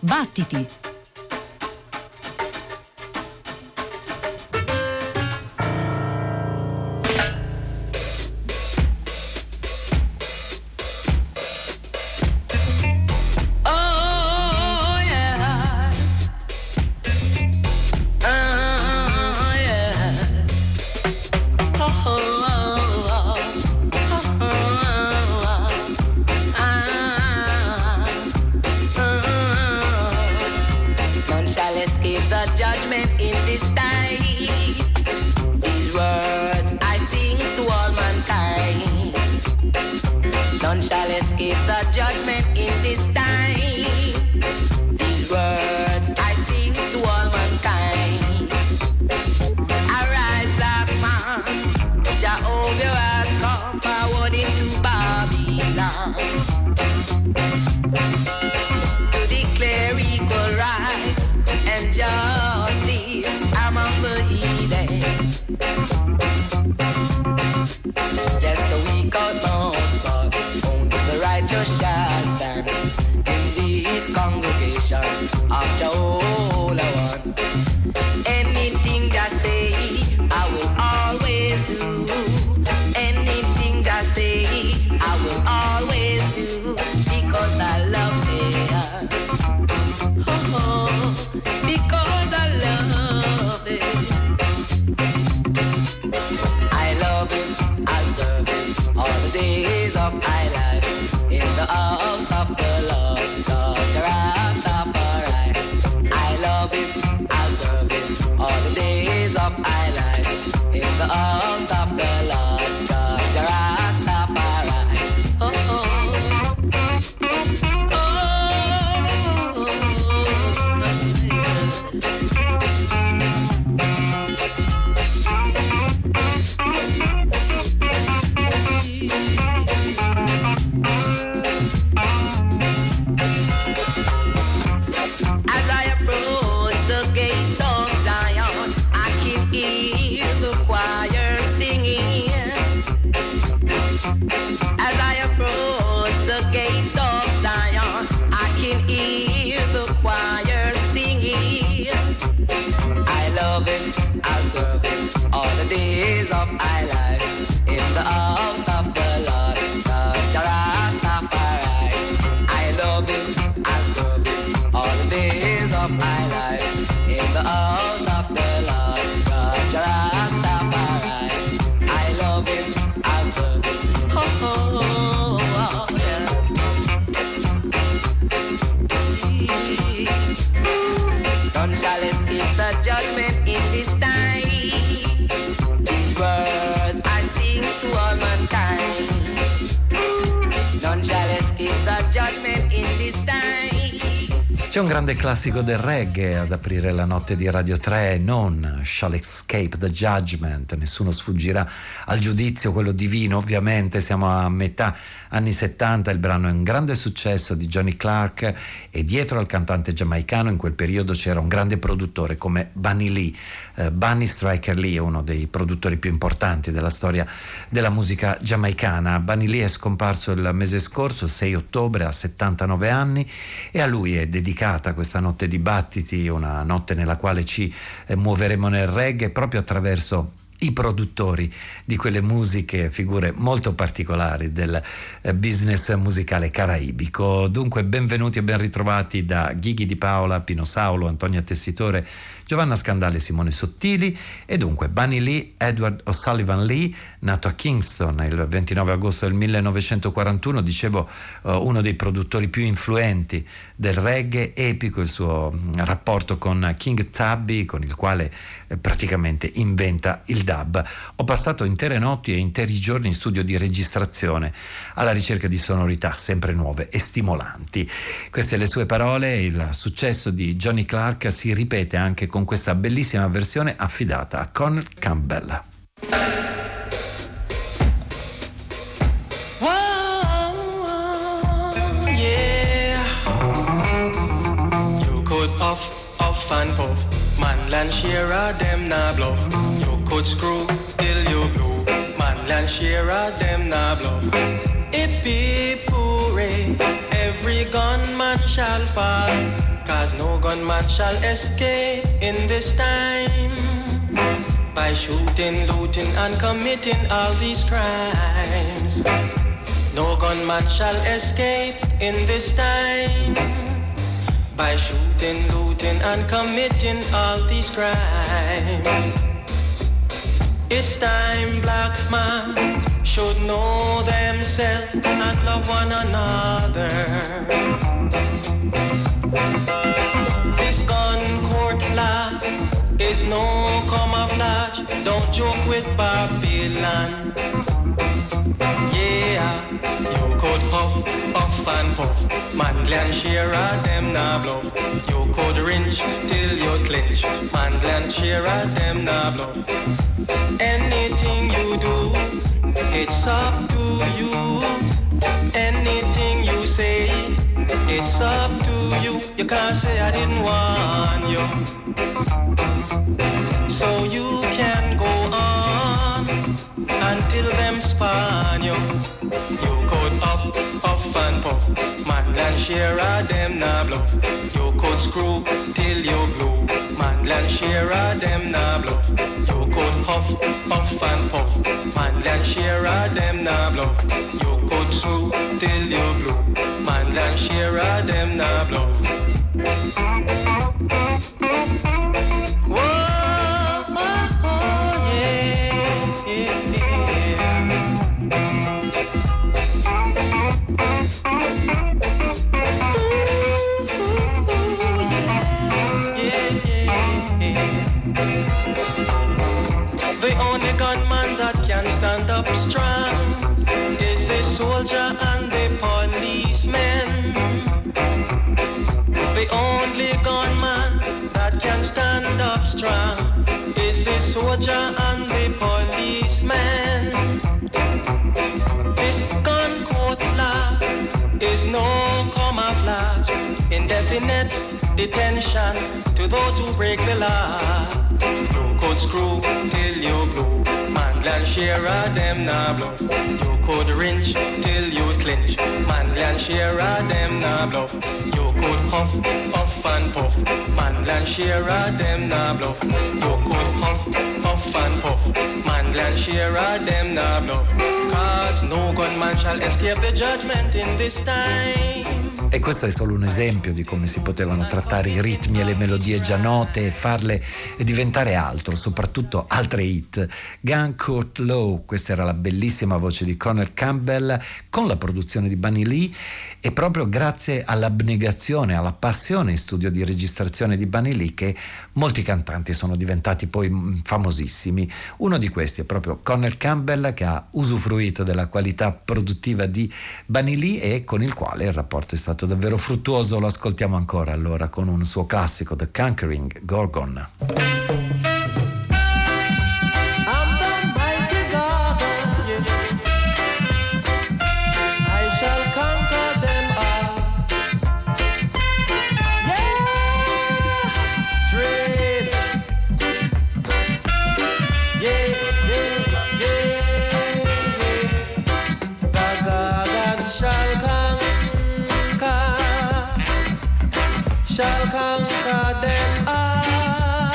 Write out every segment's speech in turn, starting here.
Battiti! C'è un grande classico del reggae ad aprire la notte di Radio 3, Non Shall Escape the Judgment, nessuno sfuggirà al giudizio, quello divino. Ovviamente siamo a metà anni 70, il brano è un grande successo di Johnny Clark e dietro al cantante giamaicano in quel periodo c'era un grande produttore come Bunny Lee. Bunny Striker Lee è uno dei produttori più importanti della storia della musica giamaicana. Bunny Lee è scomparso il mese scorso, 6 ottobre, a 79 anni, e a lui è dedicata questa notte di battiti, una notte nella quale ci muoveremo nel reggae proprio attraverso i produttori di quelle musiche, figure molto particolari del business musicale caraibico. Dunque benvenuti e ben ritrovati da Ghighi Di Paola, Pino Saulo, Antonia Tessitore, Giovanna Scandale e Simone Sottili. E dunque Bunny Lee, Edward O'Sullivan Lee, nato a Kingston il 29 agosto del 1941, dicevo uno dei produttori più influenti del reggae, epico il suo rapporto con King Tubby, con il quale praticamente inventa il dub. Ho passato intere notti e interi giorni in studio di registrazione alla ricerca di sonorità sempre nuove e stimolanti. Queste le sue parole. Il successo di Johnny Clark si ripete anche con questa bellissima versione affidata a Cornel Campbell. Puff and puff, Manland Shearer, them nah bluff. You could screw till you blow, Manland Shearer, them nah bluff. It be puree, every gunman shall fall. 'cause no gunman shall escape in this time by shooting, looting, and committing all these crimes. No gunman shall escape in this time by shooting, looting, and committing all these crimes. It's time black man should know themselves and love one another. This gun court law is no camouflage. Don't joke with Babylon. Yeah, you could puff, puff and puff. Mandland Shearer, them nah bluff. You could wrench till you clinch. Mandland Shearer, them nah bluff. Anything you do, it's up to you. Anything you say, it's up to you. You can't say I didn't want you. So you can go on until them span you. You could up, puff and puff. Mandland Shearer, them nah bluff. You could screw till you blue. Mandland Shearer, them nah bluff. You could puff, puff and puff. Mandland Shearer, them nah bluff. You could screw till you blue. Mandland Shearer, them nah bluff. Whoa, oh, oh, yeah, yeah, yeah. The only gunman that can stand up strong is a soldier and a policeman. The only gunman that can stand up strong is a soldier and a policeman. This gun court law is no camouflage. Indefinite detention to those who break the law. You could screw till you blue. Mandland Shearer, them nah bluff. You could wrench till you clinch. Mandland Shearer, them nah bluff. You could puff, puff and puff. Mandland Shearer, them nah bluff. You could puff, puff and puff. Mandland Shearer, them nah bluff. 'Cause no gunman shall escape the judgment in this time. E questo è solo un esempio di come si potevano trattare i ritmi e le melodie già note e farle diventare altro, soprattutto altre hit. Gun Court Law, questa era la bellissima voce di Cornel Campbell con la produzione di Bunny Lee, e proprio grazie all'abnegazione, alla passione in studio di registrazione di Bunny Lee che molti cantanti sono diventati poi famosissimi. Uno di questi è proprio Cornel Campbell, che ha usufruito della qualità produttiva di Bunny Lee e con il quale il rapporto è stato davvero fruttuoso. Lo ascoltiamo ancora allora con un suo classico, The Conquering Gorgon. Shall conquer them all.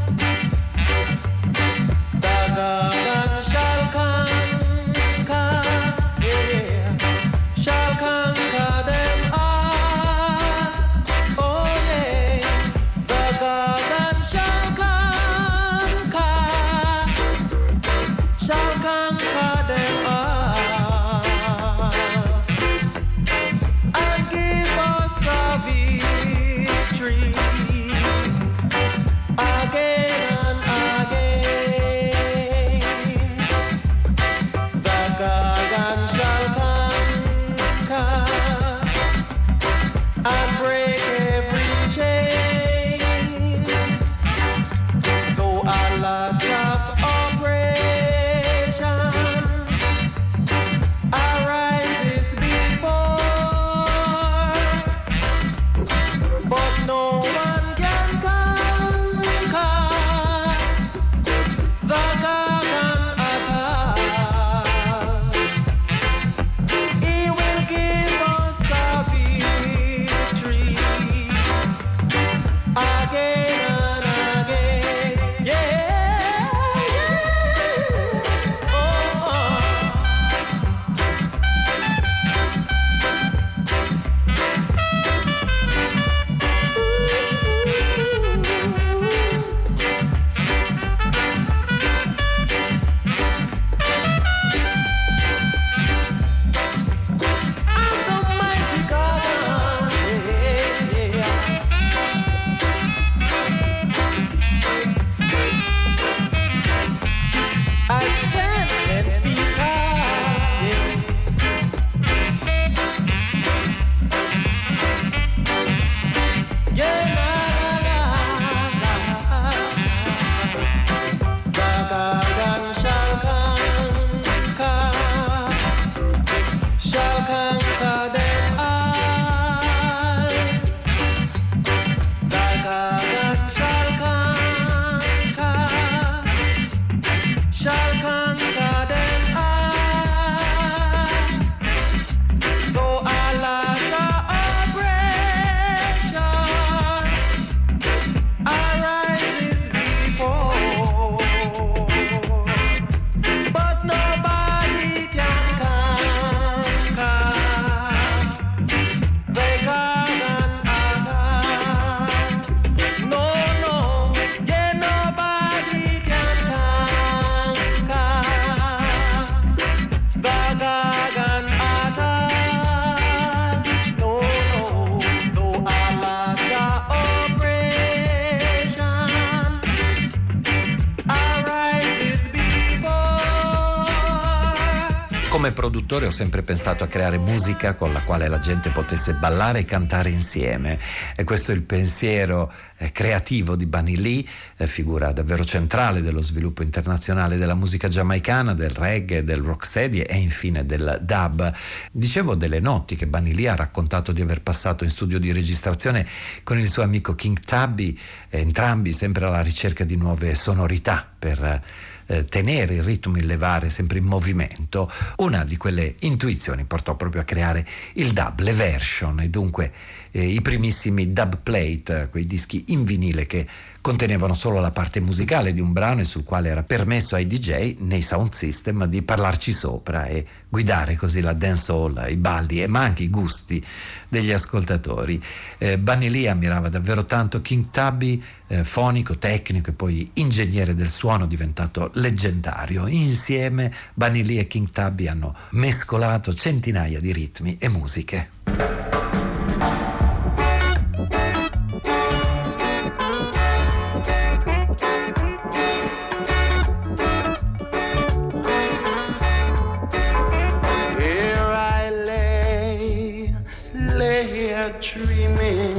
The God shall conquer, yeah, shall conquer them all. Oh yeah, the God shall conquer them all, and give us the victory. Again and again, the God shall conquer and break every chain. Though a lot of oppression Come produttore ho sempre pensato a creare musica con la quale la gente potesse ballare e cantare insieme, e questo è il pensiero creativo di Bunny Lee, figura davvero centrale dello sviluppo internazionale della musica giamaicana, del reggae, del rocksteady e infine del dub. Dicevo delle notti che Bunny Lee ha raccontato di aver passato in studio di registrazione con il suo amico King Tubby, entrambi sempre alla ricerca di nuove sonorità per tenere il ritmo, il levare sempre in movimento. Una di quelle intuizioni portò proprio a creare il dub, le version, e dunque i primissimi dub plate, quei dischi in vinile che contenevano solo la parte musicale di un brano e sul quale era permesso ai DJ nei sound system di parlarci sopra e guidare così la dancehall, i balli ma anche i gusti degli ascoltatori. Bunny Lee ammirava davvero tanto King Tubby, fonico, tecnico e poi ingegnere del suono diventato leggendario. Insieme Bunny Lee e King Tubby hanno mescolato centinaia di ritmi e musiche. Dreaming,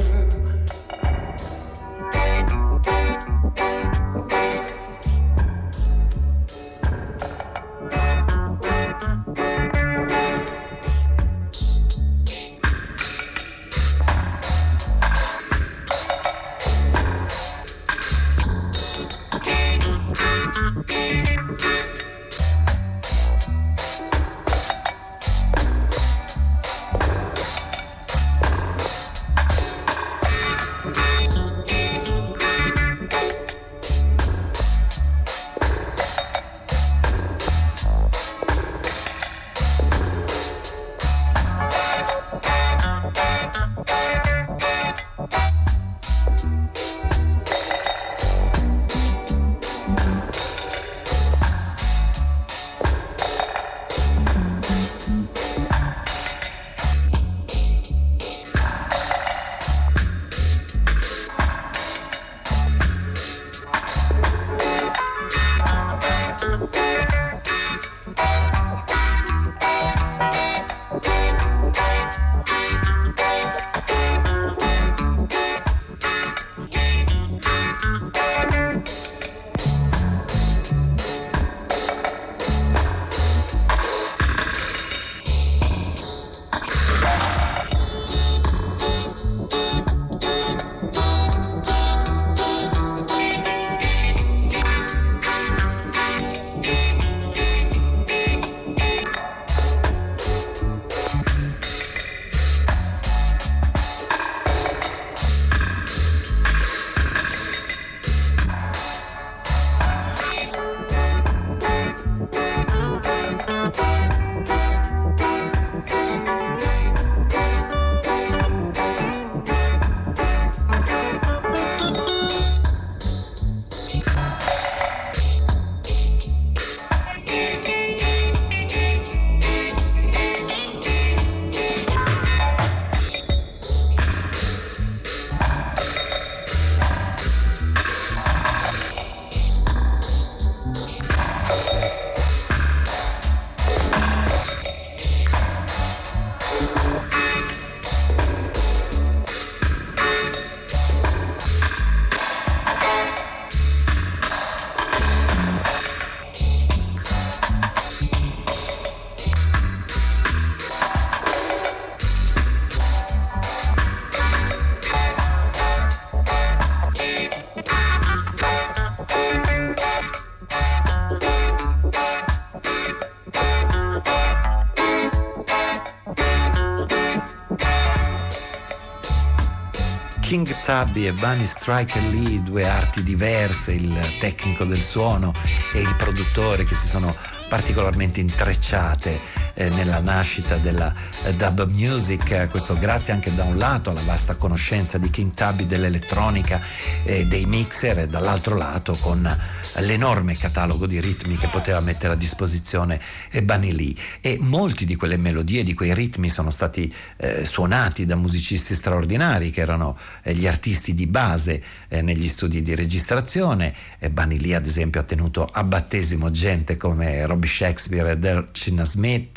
King Tubby e Bunny Striker Lee, due arti diverse, il tecnico del suono e il produttore, che si sono particolarmente intrecciate nella nascita della dub music, questo grazie anche da un lato alla vasta conoscenza di King Tubby dell'elettronica e dei mixer, e dall'altro lato con l'enorme catalogo di ritmi che poteva mettere a disposizione Bunny Lee. E molti di quelle melodie, di quei ritmi sono stati suonati da musicisti straordinari che erano gli artisti di base negli studi di registrazione. Bunny Lee ad esempio ha tenuto a battesimo gente come Robbie Shakespeare e Dirk Smith,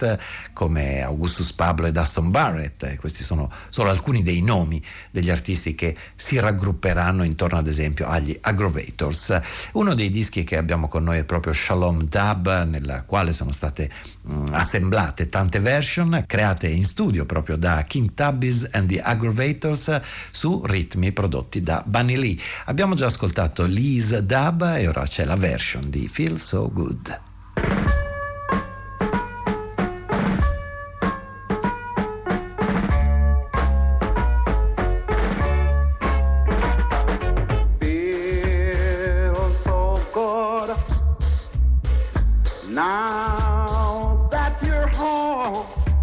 Barrett, come Augustus Pablo ed Aston Barrett. Questi sono solo alcuni dei nomi degli artisti che si raggrupperanno intorno ad esempio agli Aggrovators. Uno dei dischi che abbiamo con noi è proprio Shalom Dub, nella quale sono state assemblate tante version create in studio proprio da King Tubby's and the Aggrovators su ritmi prodotti da Bunny Lee. Abbiamo già ascoltato Lee's Dub e ora c'è la version di Feel So Good. Feel so good now that you're home.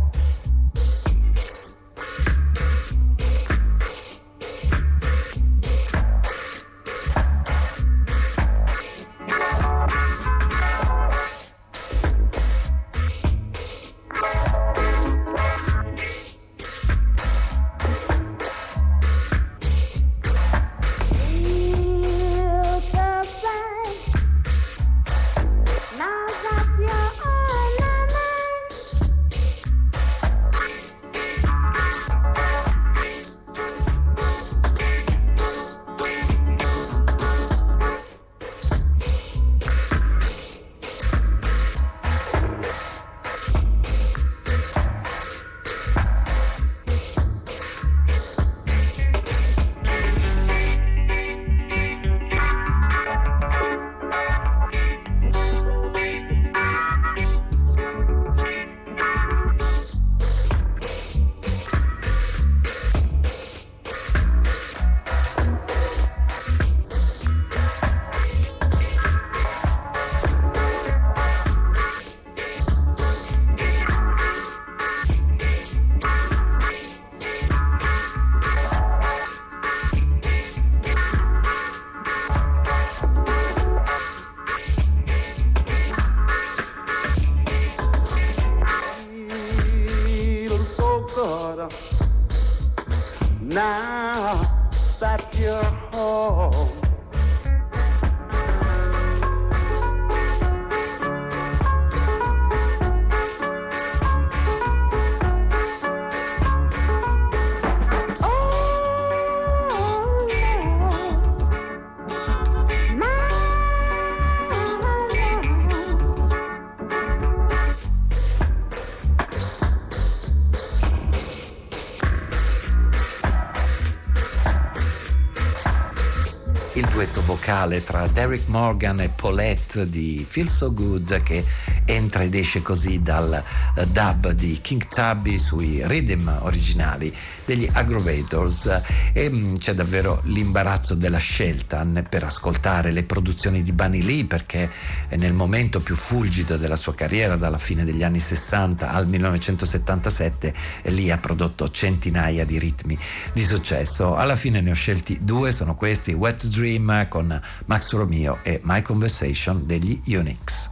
Now that you're home. Il duetto vocale tra Derrick Morgan e Paulette di Feel So Good, che entra ed esce così dal dub di King Tubby sui rhythm originali degli Aggrovators. E c'è davvero l'imbarazzo della scelta per ascoltare le produzioni di Bunny Lee, perché nel momento più fulgido della sua carriera, dalla fine degli anni 60 al 1977, Lee ha prodotto centinaia di ritmi di successo. Alla fine ne ho scelti due, sono questi: Wet Dream con Max Romeo e My Conversation degli Unix.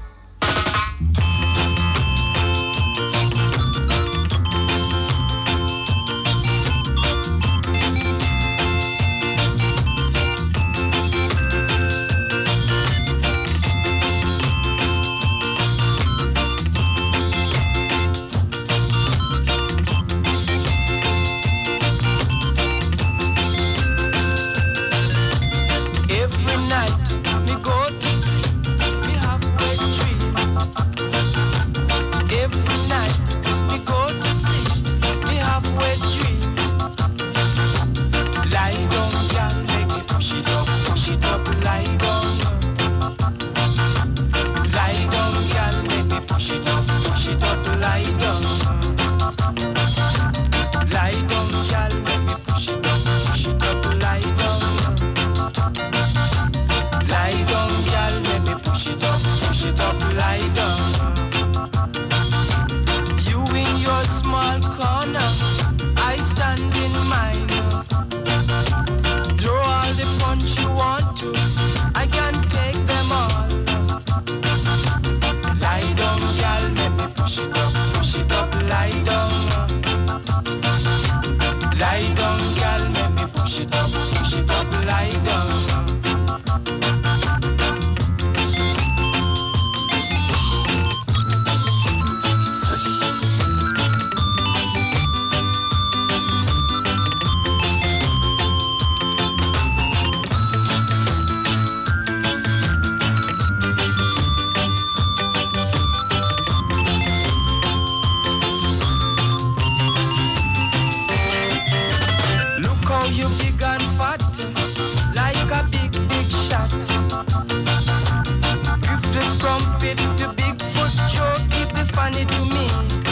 on it to me.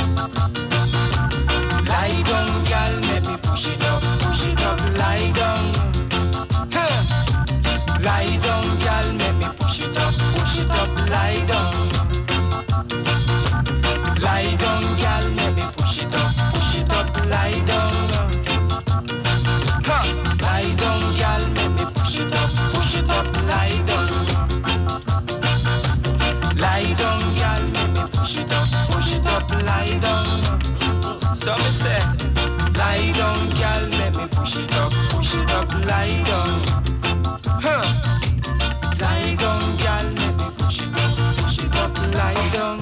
Lie down, girl, let me push it up, lie down. Huh. Lie down, girl, let me push it up, lie down. Lie down, girl, let me push it up, lie down. Huh. Lie down, girl, let me push it up, lie down. Lie down, girl, let me push it up, lie down. So me say, lie down, girl, let me push it up, lie down. Huh. Lie down, girl, let me push it up, lie down.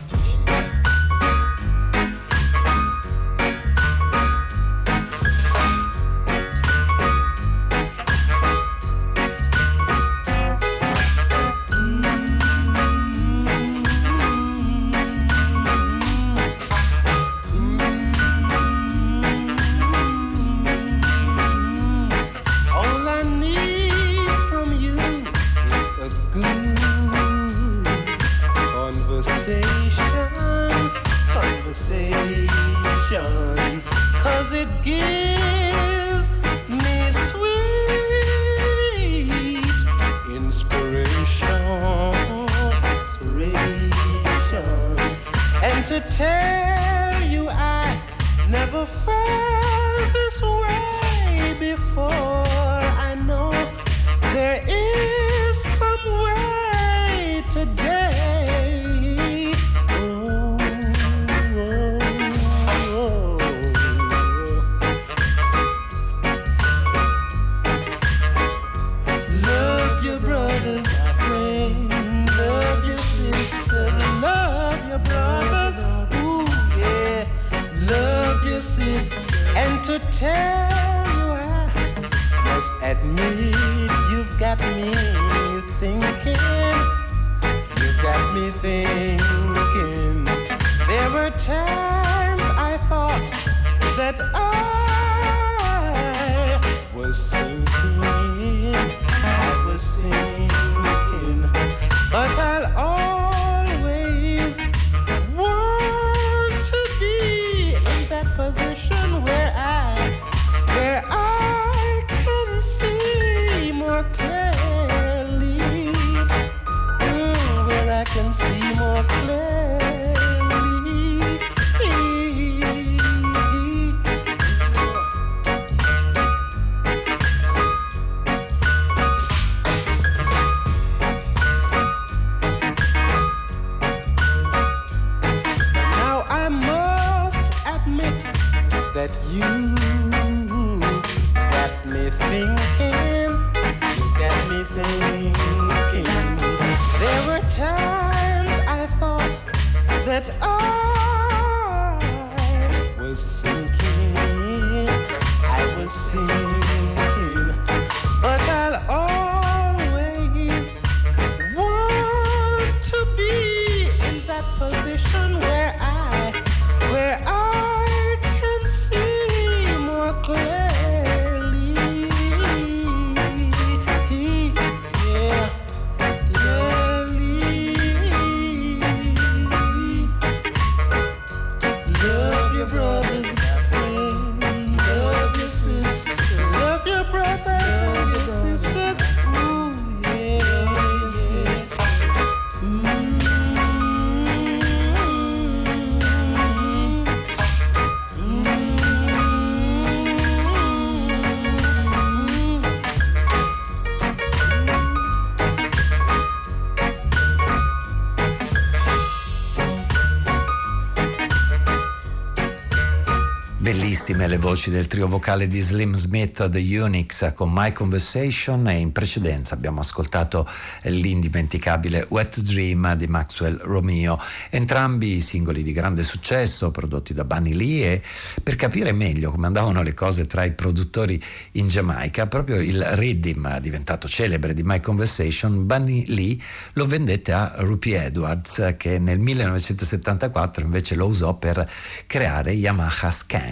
Bellissime le voci del trio vocale di Slim Smith, The Unix, con My Conversation, e in precedenza abbiamo ascoltato l'indimenticabile Wet Dream di Maxwell Romeo, entrambi singoli di grande successo prodotti da Bunny Lee. E per capire meglio come andavano le cose tra i produttori in Giamaica, proprio il rhythm diventato celebre di My Conversation, Bunny Lee lo vendette a Rupie Edwards, che nel 1974 invece lo usò per creare Yamaha Skank.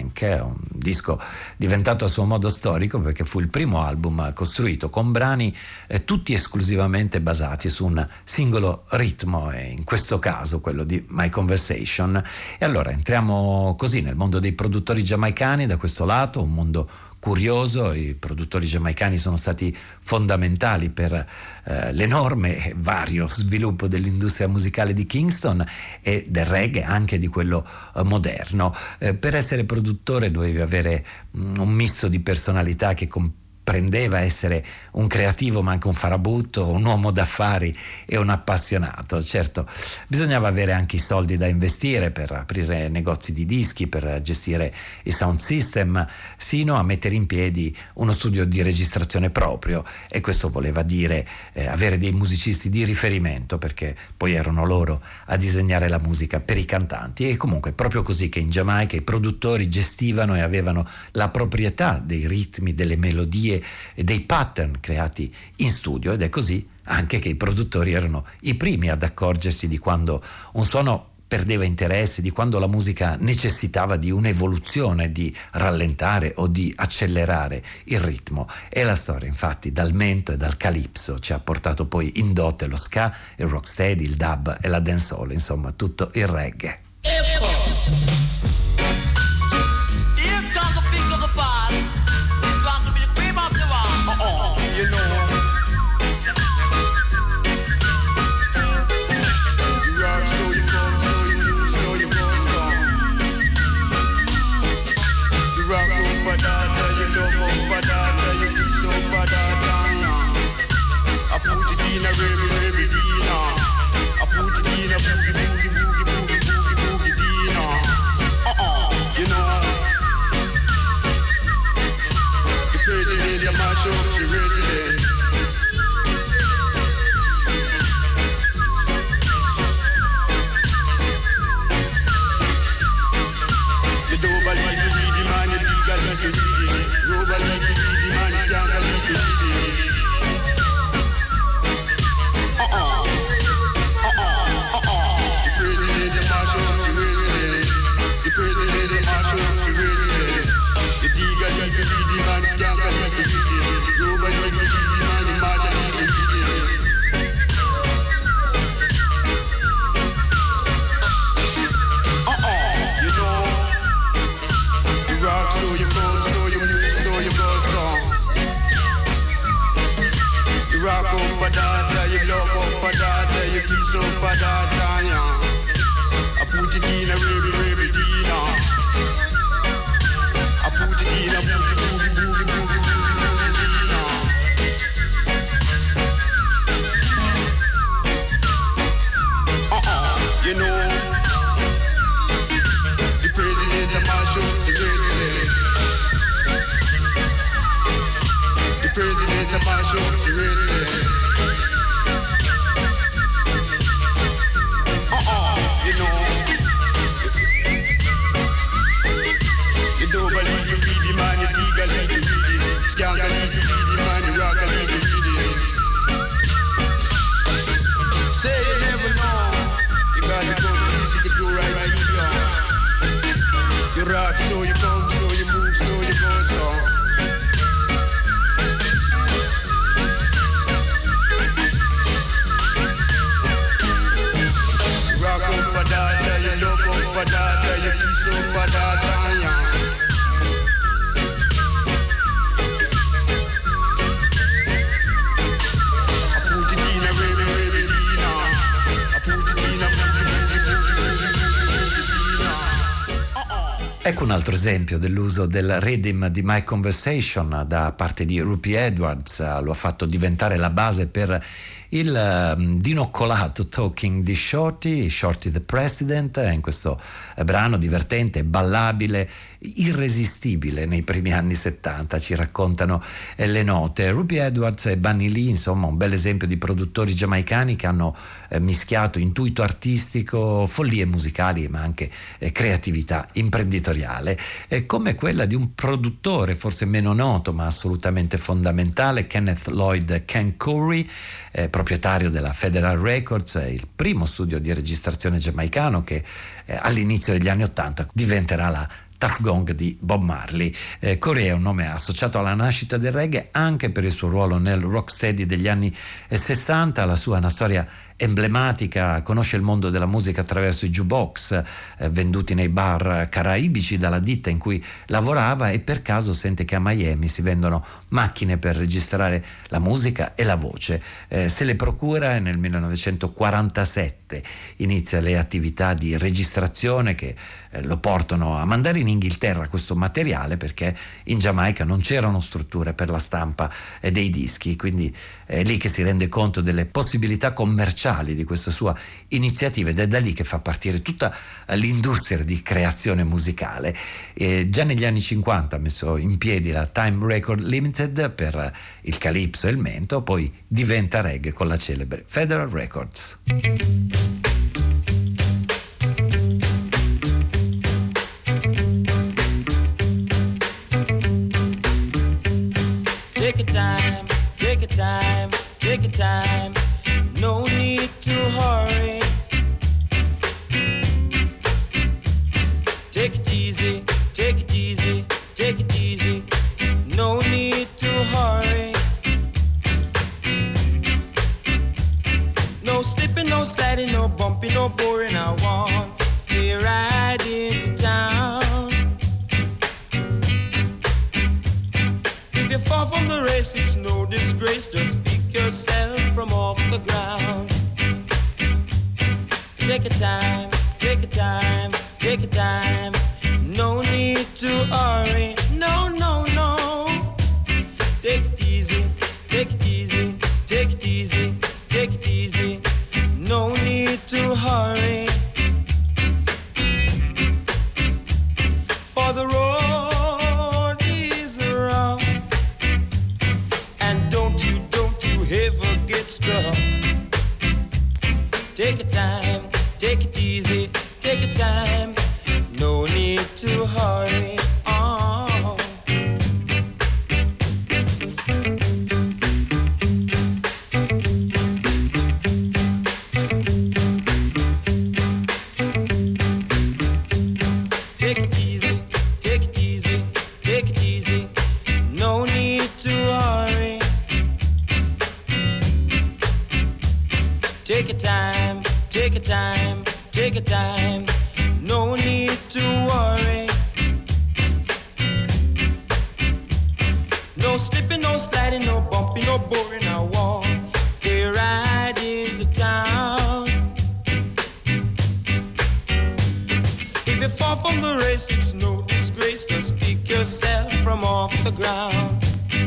Frank, un disco diventato a suo modo storico perché fu il primo album costruito con brani tutti esclusivamente basati su un singolo ritmo, e in questo caso quello di My Conversation. E allora entriamo così nel mondo dei produttori giamaicani da questo lato, un mondo curioso. I produttori giamaicani sono stati fondamentali per l'enorme e vario sviluppo dell'industria musicale di Kingston e del reggae, anche di quello moderno. Per essere produttore dovevi avere un misto di personalità che comprendeva essere un creativo ma anche un farabutto, un uomo d'affari e un appassionato. Certo, bisognava avere anche i soldi da investire per aprire negozi di dischi, per gestire il sound system, sino a mettere in piedi uno studio di registrazione proprio, e questo voleva dire avere dei musicisti di riferimento, perché poi erano loro a disegnare la musica per i cantanti. E comunque è proprio così che in Giamaica i produttori gestivano e avevano la proprietà dei ritmi, delle melodie e dei pattern creati in studio, ed è così anche che i produttori erano i primi ad accorgersi di quando un suono perdeva interesse, di quando la musica necessitava di un'evoluzione, di rallentare o di accelerare il ritmo. E la storia infatti dal mento e dal calypso ci ha portato poi in dote lo ska, il rocksteady, il dub e la dancehall, insomma tutto il reggae. You know, you rock, so you come, so you move, so you go song. You rock over that, you love over that, you be so bad that. I put it in a remy dina. I put it in a boogie dina. You know, the president, you mash up the resident. You don't believe me, read the man, you legally to read it. You believe me, read the man, you scandally to read it. The president, you mash up the resident. The president, you mash up the resident. The legally to read the man, you scandally to read it. You believe me, read the man, you marginally to read it. You know, you rock, so you come, so you move, so you go song. You rock up a data, you love up a data, you kiss up a data, yeah. I put it in a remy dina. I put it in a boogie dina. You know, the president, the marshal, the president. The president, the marshal, the president. You know, you don't believe me, read the man, you legally to read it. Scandally to read the man, you rockally to read it. Say you never know, you gotta go to this, you can go right to you. You rock, so you come, so you move, so you go, so. Rock up a data, you love up a data, you kiss up a data, yeah. I put it in a remy dina. I put it in a boogie dina. Ecco un altro esempio dell'uso del rhythm di My Conversation da parte di Rupi Edwards. Lo ha fatto diventare la base per il dinoccolato Talking di Shorty the President, in questo brano divertente, ballabile, irresistibile nei primi anni 70, ci raccontano le note. Rupi Edwards e Bunny Lee, insomma un bel esempio di produttori giamaicani che hanno mischiato intuito artistico, follie musicali ma anche creatività imprenditoriale, come quella di un produttore forse meno noto ma assolutamente fondamentale, Kenneth Lloyd Ken Curry, proprietario della Federal Records, il primo studio di registrazione giamaicano che all'inizio degli anni '80 diventerà la Tuff Gong di Bob Marley. Corey è un nome associato alla nascita del reggae anche per il suo ruolo nel rocksteady degli anni 60. La sua è una storia emblematica, conosce il mondo della musica attraverso i jukebox venduti nei bar caraibici dalla ditta in cui lavorava, e per caso sente che a Miami si vendono macchine per registrare la musica e la voce. Se le procura e nel 1947 inizia le attività di registrazione che lo portano a mandare in Inghilterra questo materiale, perché in Giamaica non c'erano strutture per la stampa dei dischi, quindi è lì che si rende conto delle possibilità commerciali di questa sua iniziativa, ed è da lì che fa partire tutta l'industria di creazione musicale. Già negli anni 50 ha messo in piedi la Time Record Limited per il calypso e il mento, poi diventa reggae con la celebre Federal Records. Take your time, take your time, take your time. No need to hurry. Take it easy, take it easy, take it easy. No need to hurry. No slipping, no sliding, no bumping, no boring. I want to ride into town. If you fall from the race, it's no disgrace. Just pick yourself from off the ground. Take your time, take your time, take your time. No need to hurry. No, no, no. Take it easy, take it easy, take it easy, take it easy. No need to hurry. For the road is rough, and don't you ever get stuck. Take your time, take it easy, take your time. No need to hurry. Oh. Take it easy, take it easy, take it easy. No need to hurry. Take your time, take your time, take your time. No need to worry. No slipping, no sliding, no bumping, no boring. I want to ride into town. If you fall from the race, it's no disgrace. Just pick yourself from off the ground.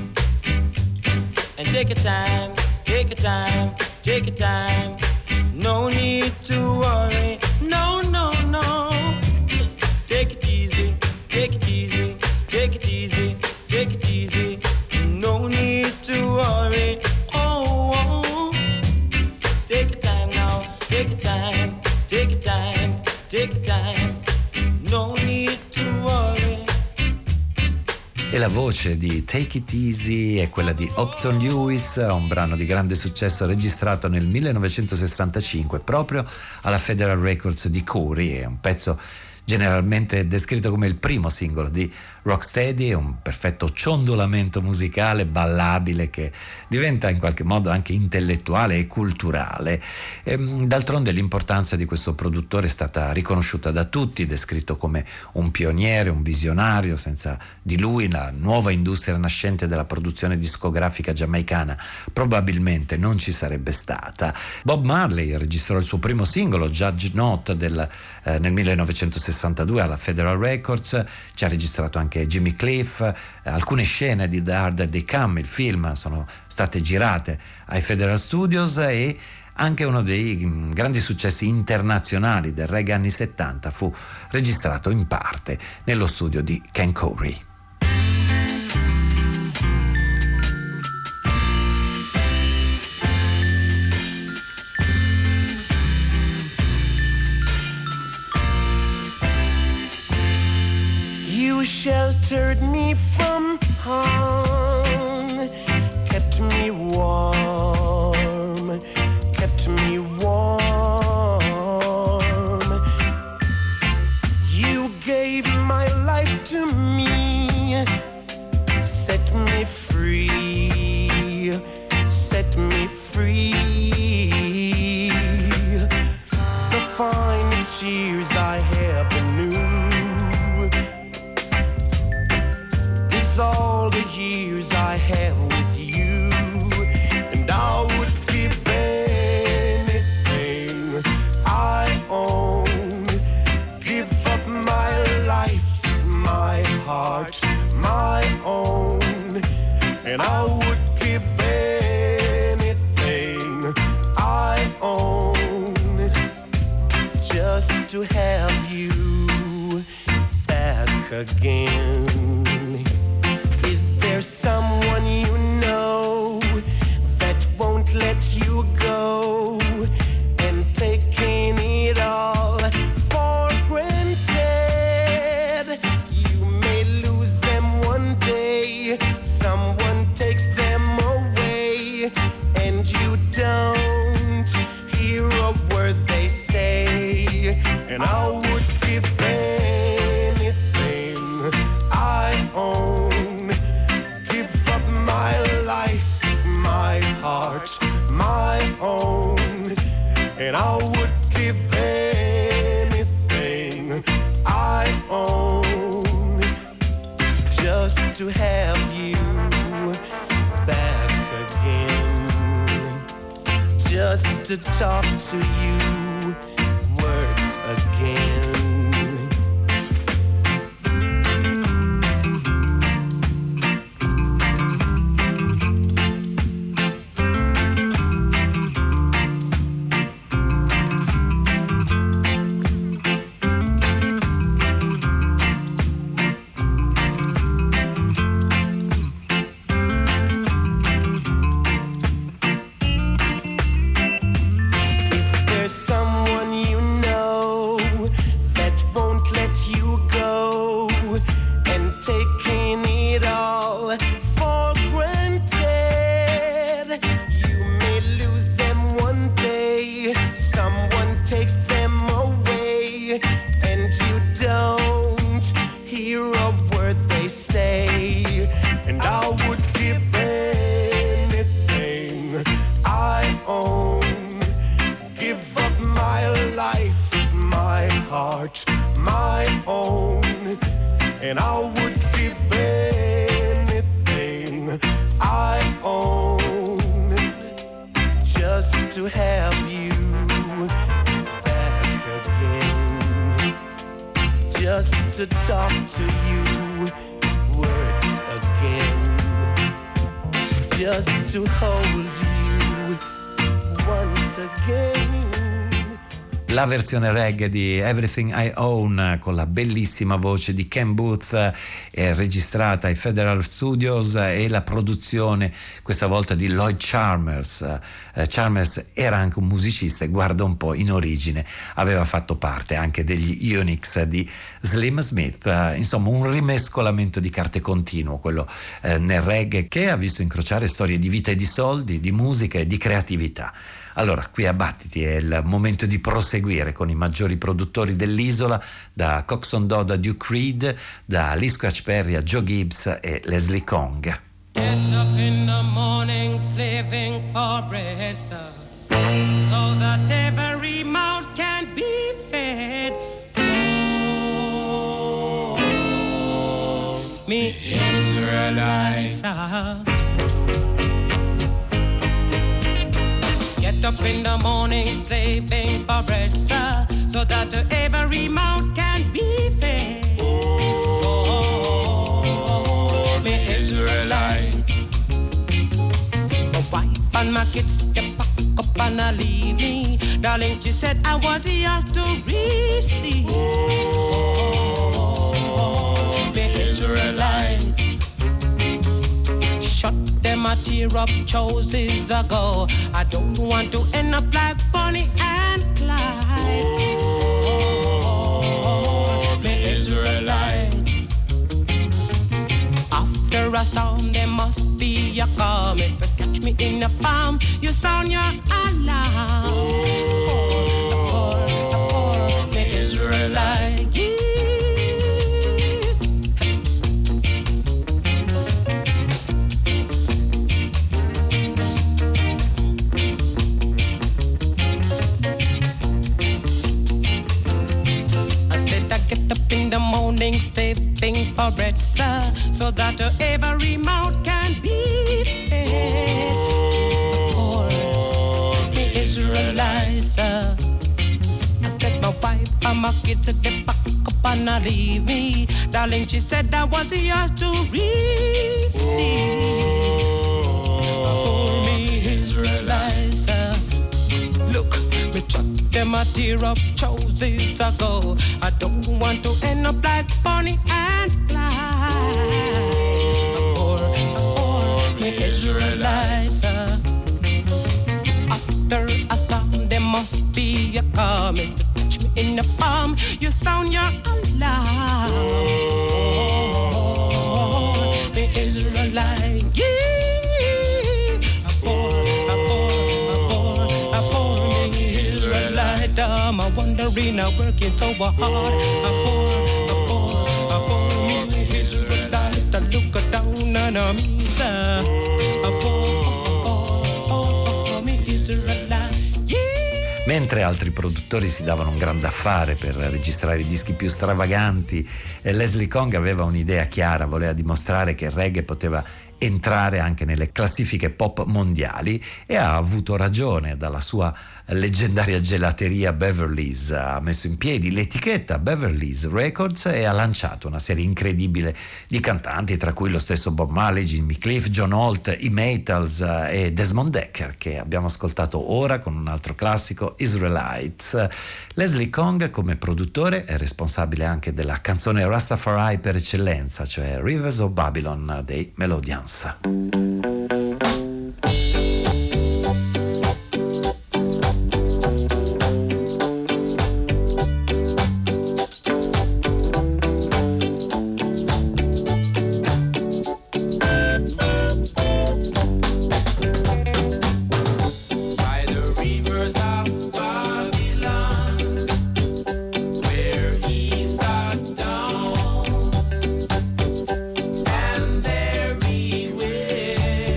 And take your time, take your time, take your time. No need to worry. No, no, no. Take it easy, take it easy, take it easy, take it easy. No need to worry. Oh, oh. Take your time now, take your time, take your time, take your time. No need to worry. E la voce di Take It Easy è quella di Upton Lewis, un brano di grande successo registrato nel 1965 proprio alla Federal Records di Corey. È un pezzo generalmente descritto come il primo singolo di Rocksteady, un perfetto ciondolamento musicale ballabile che diventa in qualche modo anche intellettuale e culturale. D'altronde l'importanza di questo produttore è stata riconosciuta da tutti, descritto come un pioniere, un visionario. Senza di lui la nuova industria nascente della produzione discografica giamaicana probabilmente non ci sarebbe stata. Bob Marley registrò il suo primo singolo, Judge Not, nel 1962 alla Federal Records. Ci ha registrato anche Jimmy Cliff. Alcune scene di The Harder They Come, il film, sono state girate ai Federal Studios, e anche uno dei grandi successi internazionali del reggae anni 70 fu registrato in parte nello studio di Ken Corey. Sheltered me from harm, kept me warm, kept me warm. You gave my life to me. Set me free, set me free. The finest years I ever knew is all the years I have with you, and I would give anything I own, give up my life, my heart, my own, and I would give anything I own just to have you back again. Is there someone you know that won't let you go, and taking it all for granted? You may lose them one day, someone takes them away, and you don't hear a word they say. And I would give anything I own, give up my life, my heart, my own, and I would give anything I own just to have you back again, just to talk to you words again. To talk to you words again, just to hold you once again. La versione reggae di Everything I Own con la bellissima voce di Ken Booth, registrata ai Federal Studios, e la produzione questa volta di Lloyd Charmers. Charmers era anche un musicista e guarda un po', in origine aveva fatto parte anche degli Onyx di Slim Smith. Insomma, un rimescolamento di carte continuo quello nel reggae, che ha visto incrociare storie di vita e di soldi, di musica e di creatività. Allora, qui a Battiti è il momento di proseguire con i maggiori produttori dell'isola, da Coxsone Dodd a Duke Reid, da Lee Scratch Perry a Joe Gibbs e Leslie Kong. Get up in the morning slaving for bread, sir, so that every mouth can be fed. Oh, me Israelites, get up in the morning slaving for bread, sir, so that every mouth can be fed. Oh, me Israelite. My wife and my kids, they pack up and I leave me. Darling, she said I was yours to receive. Oh, me Israelite. Shut them a tear up choices ago. I don't want to end up like Bonnie and Clyde. Oh, me Israelite. After a storm, there must be a calm. If you catch me in a farm, you sound your alarm. Oh, me Israelite. get up in the morning, stepping for bread, sir, so that every mouth can be fed. For the Israelites, sir. I said my wife, I'm a kid to the back up and not leave me. Darling, she said that was yours to receive. For me, Israelites, sir. Look, me chuck them a tear of choices ago. I don't want to end up like Bonnie and Clyde. For me, Israelites, sir. After I stop, there must be a coming to touch me in the palm. You sound your alarm. The Israelite, yeah. The Israelite, I'm wondering, I'm working so hard. Me Israelite, look down on me, sir. Mentre altri produttori si davano un grande affare per registrare i dischi più stravaganti, Leslie Kong aveva un'idea chiara, voleva dimostrare che il reggae poteva entrare anche nelle classifiche pop mondiali, e ha avuto ragione. Dalla sua leggendaria gelateria Beverly's ha messo in piedi l'etichetta Beverly's Records e ha lanciato una serie incredibile di cantanti, tra cui lo stesso Bob Marley, Jimmy Cliff, John Holt, i Maytals e Desmond Dekker, che abbiamo ascoltato ora con un altro classico, Israelites. Leslie Kong come produttore è responsabile anche della canzone Rastafari per eccellenza, cioè Rivers of Babylon dei Melodians. And there he will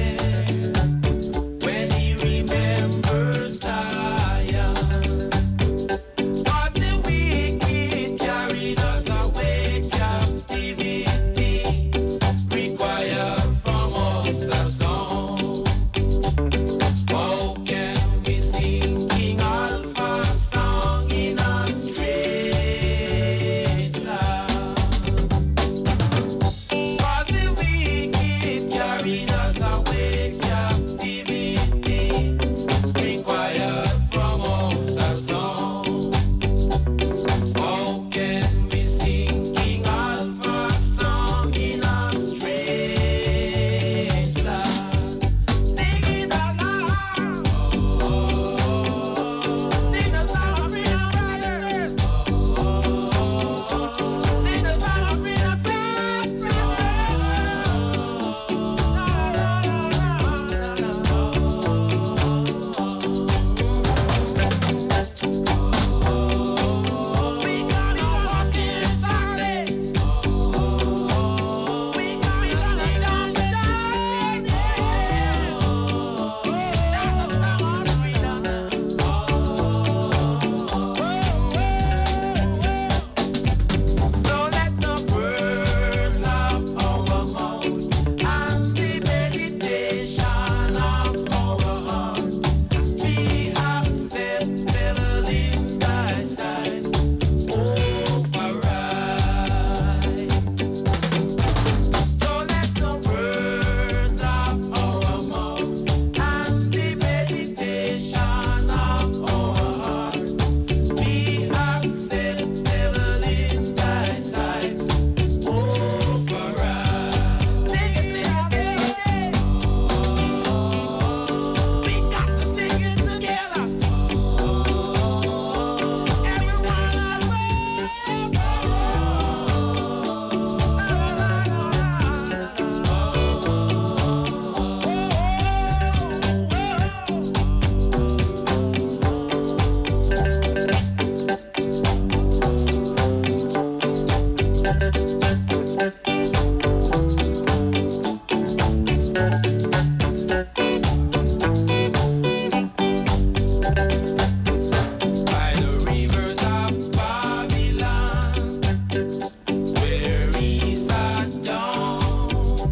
where he sat down,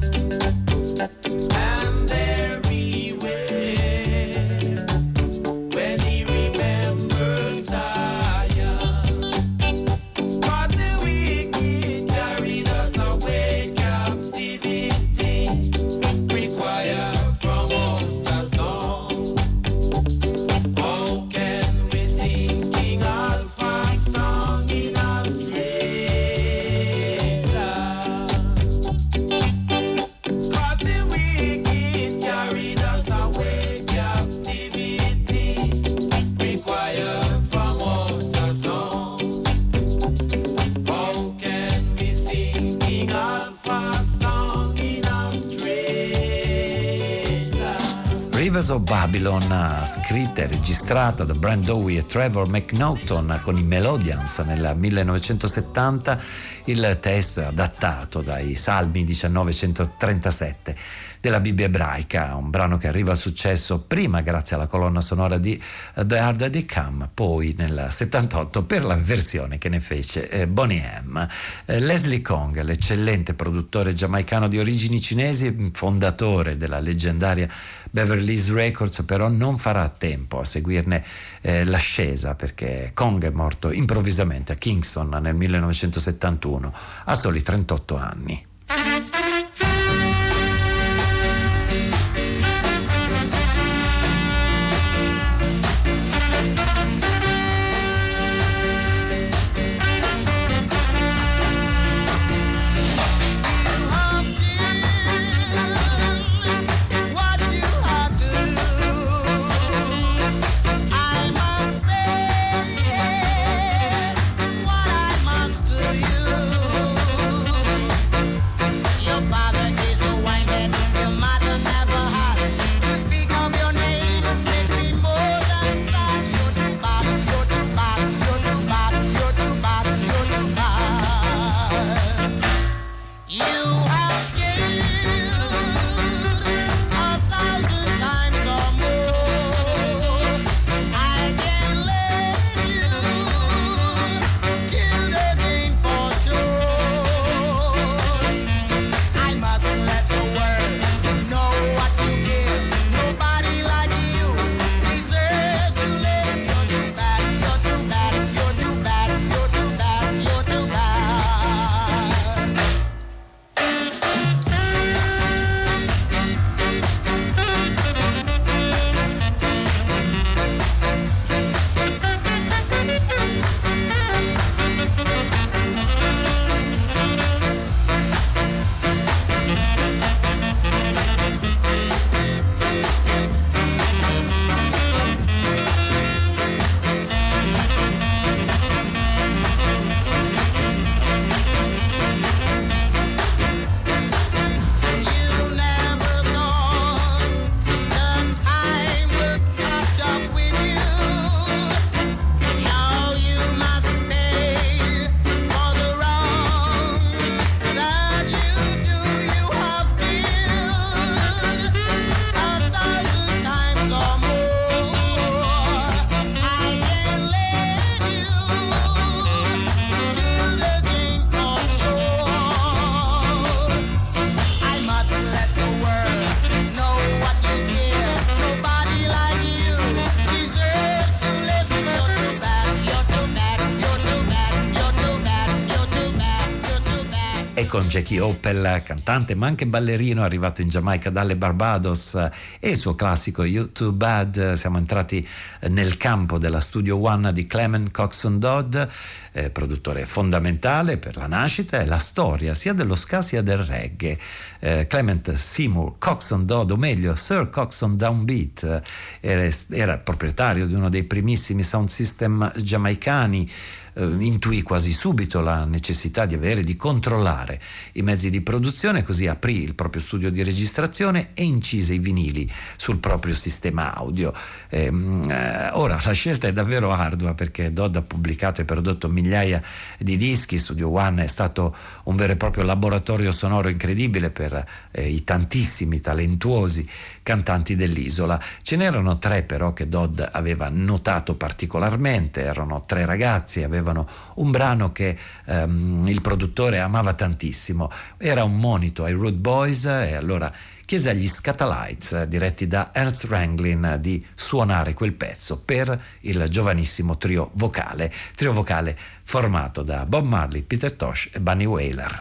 and there he wept when he remembered Zion. 'Cause the wicked carried us away, captivity require from us a song. How can we sing King Alpha's song in a strange land? 'Cause the wicked carried us away, captivity require from us a song. How can we sing King Alpha's song in a strange land? Rivers of Babylon, scritta e registrata da Brent Dowie e Trevor McNaughton con i Melodians nel 1970, il testo è adattato dai Salmi 1937 della Bibbia ebraica, un brano che arriva al successo prima grazie alla colonna sonora di The Harder They Come, poi nel 78 per la versione che ne fece Boney M. Leslie Kong, l'eccellente produttore giamaicano di origini cinesi, fondatore della leggendaria Beverly Hills Records, però non farà tempo a seguirne l'ascesa, perché Kong è morto improvvisamente a Kingston nel 1971 a soli 38 anni. Con Jackie Opel, cantante ma anche ballerino, arrivato in Giamaica dalle Barbados, e il suo classico You Too Bad. Siamo entrati nel campo della Studio One di Clement Coxsone Dodd, produttore fondamentale per la nascita e la storia sia dello ska sia del reggae. Clement Seymour Coxsone Dodd, o meglio Sir Coxsone Downbeat, era il proprietario di uno dei primissimi sound system giamaicani. Intuì quasi subito la necessità di controllare i mezzi di produzione, così aprì il proprio studio di registrazione e incise i vinili sul proprio sistema audio. Ora la scelta è davvero ardua, perché Dodd ha pubblicato e prodotto migliaia di dischi. Studio One è stato un vero e proprio laboratorio sonoro incredibile per i tantissimi talentuosi cantanti dell'isola. Ce n'erano tre però che Dodd aveva notato particolarmente, erano tre ragazzi, avevano avevano un brano che il produttore amava tantissimo, era un monito ai Rude Boys, e allora chiese agli Scatalites, diretti da Ernst Ranglin, di suonare quel pezzo per il giovanissimo trio vocale formato da Bob Marley, Peter Tosh e Bunny Wailer.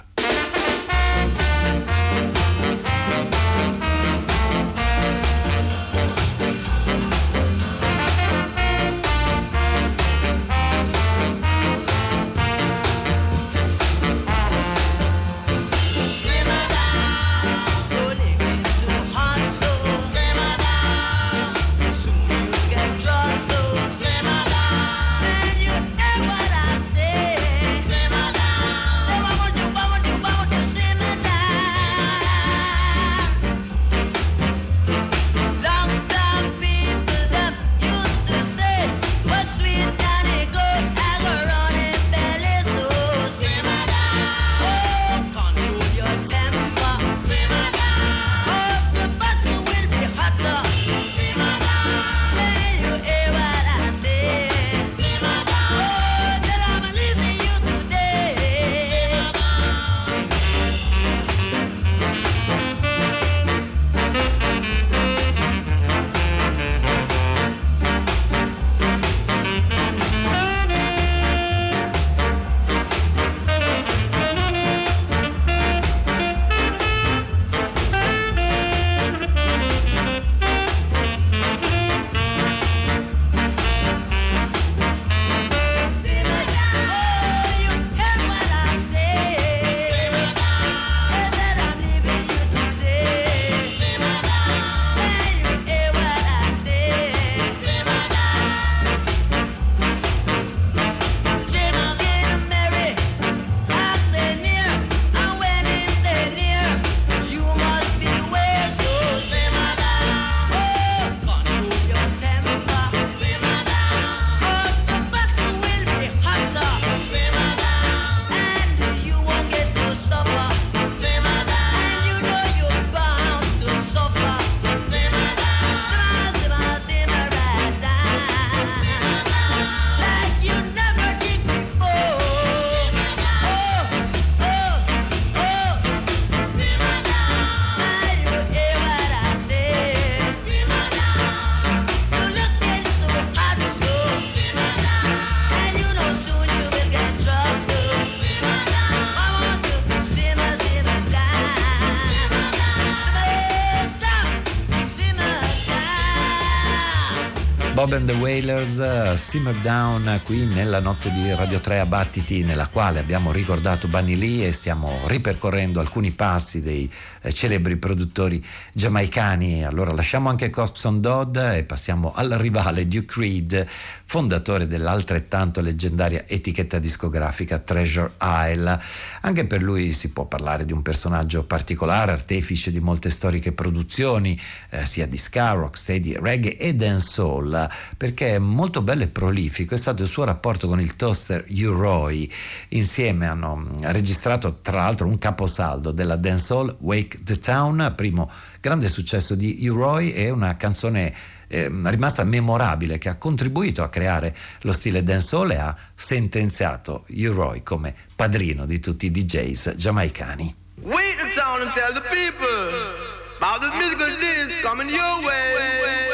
Bob and the Wailers, Simmer Down, qui nella notte di Radio 3 a Battiti, nella quale abbiamo ricordato Bunny Lee e stiamo ripercorrendo alcuni passi dei celebri produttori giamaicani. Allora lasciamo anche Cobson Dodd e passiamo al rivale Duke Reed, fondatore dell'altrettanto leggendaria etichetta discografica Treasure Isle. Anche per lui si può parlare di un personaggio particolare, artefice di molte storiche produzioni, sia di ska, rocksteady, reggae e dancehall, perché è molto bello e prolifico è stato il suo rapporto con il toaster U-Roy. Insieme hanno registrato tra l'altro un caposaldo della dancehall, Wake the Town, primo grande successo di U-Roy, e una canzone rimasta memorabile che ha contribuito a creare lo stile dancehall e ha sentenziato U-Roy come padrino di tutti i DJs giamaicani. Wake the town and tell the people about the musical disc coming your way.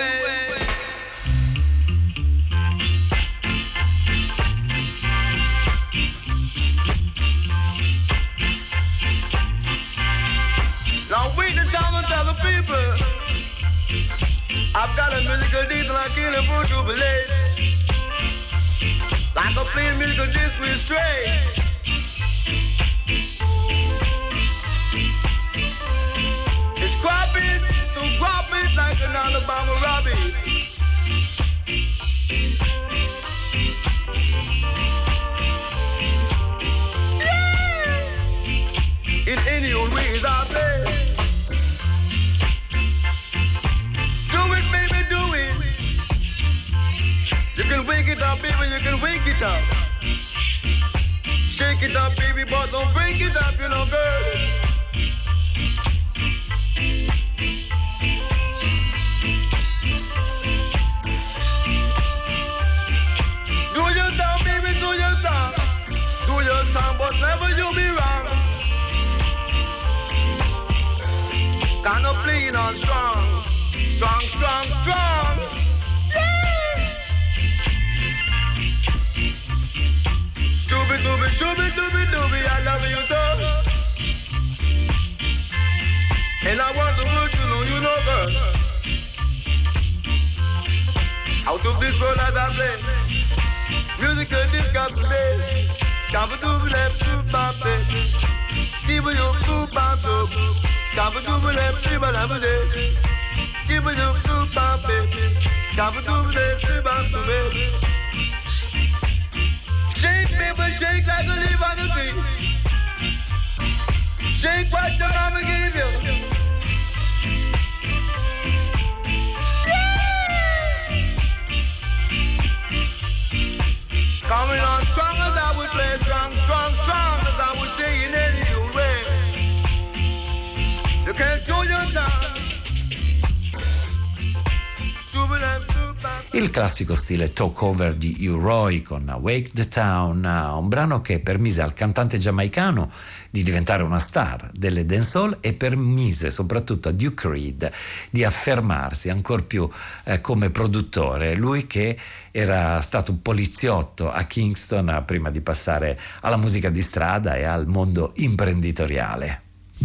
Now wait the town and tell the people I've got a musical disc like in a full jubilee, like a plain musical disc with straight. It's cropping, so grab it like an Alabama rabbit. Yeah! In any old ways I play. You can wake it up, baby, you can wake it up. Shake it up, baby, but don't break it up, you know, girl. Do your thing, baby, do your thing. Stand up clean and strong. Strong, strong, strong. Yeah. Shooby dooby, shooby dooby dooby, I love you so. And I want the world to know you know girl. Out of this world as I play. Musical disco today. Scabba dooby left to bop it. Skibba you to bop up. Scabba dooby left to bop it. Skibba you to bop it. Scabba dooby left to bop it. Shake people, shake like a leaf on the tree. Shake what the mama gave you. Coming on strong as I would play, strong, strong, strong as I would say in any way. You can't do your time. Il classico stile talk-over di U-Roy con Wake the Town, un brano che permise al cantante giamaicano di diventare una star delle dancehall e permise soprattutto a Duke Reid di affermarsi ancor più come produttore, lui che era stato un poliziotto a Kingston prima di passare alla musica di strada e al mondo imprenditoriale.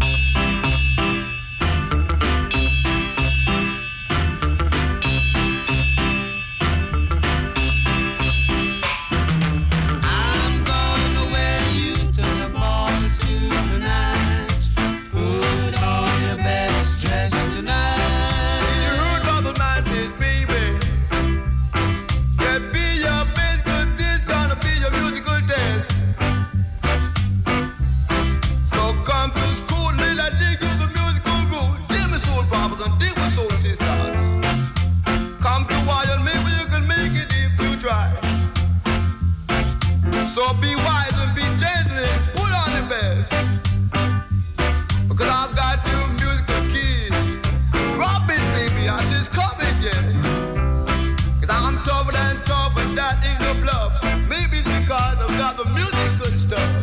So be wise and be gentle and put on the best. Because I've got new musical keys. Drop it, baby, I just come it, yeah. Because I'm tougher than tough and that ain't no bluff. Maybe it's because I've got the musical stuff.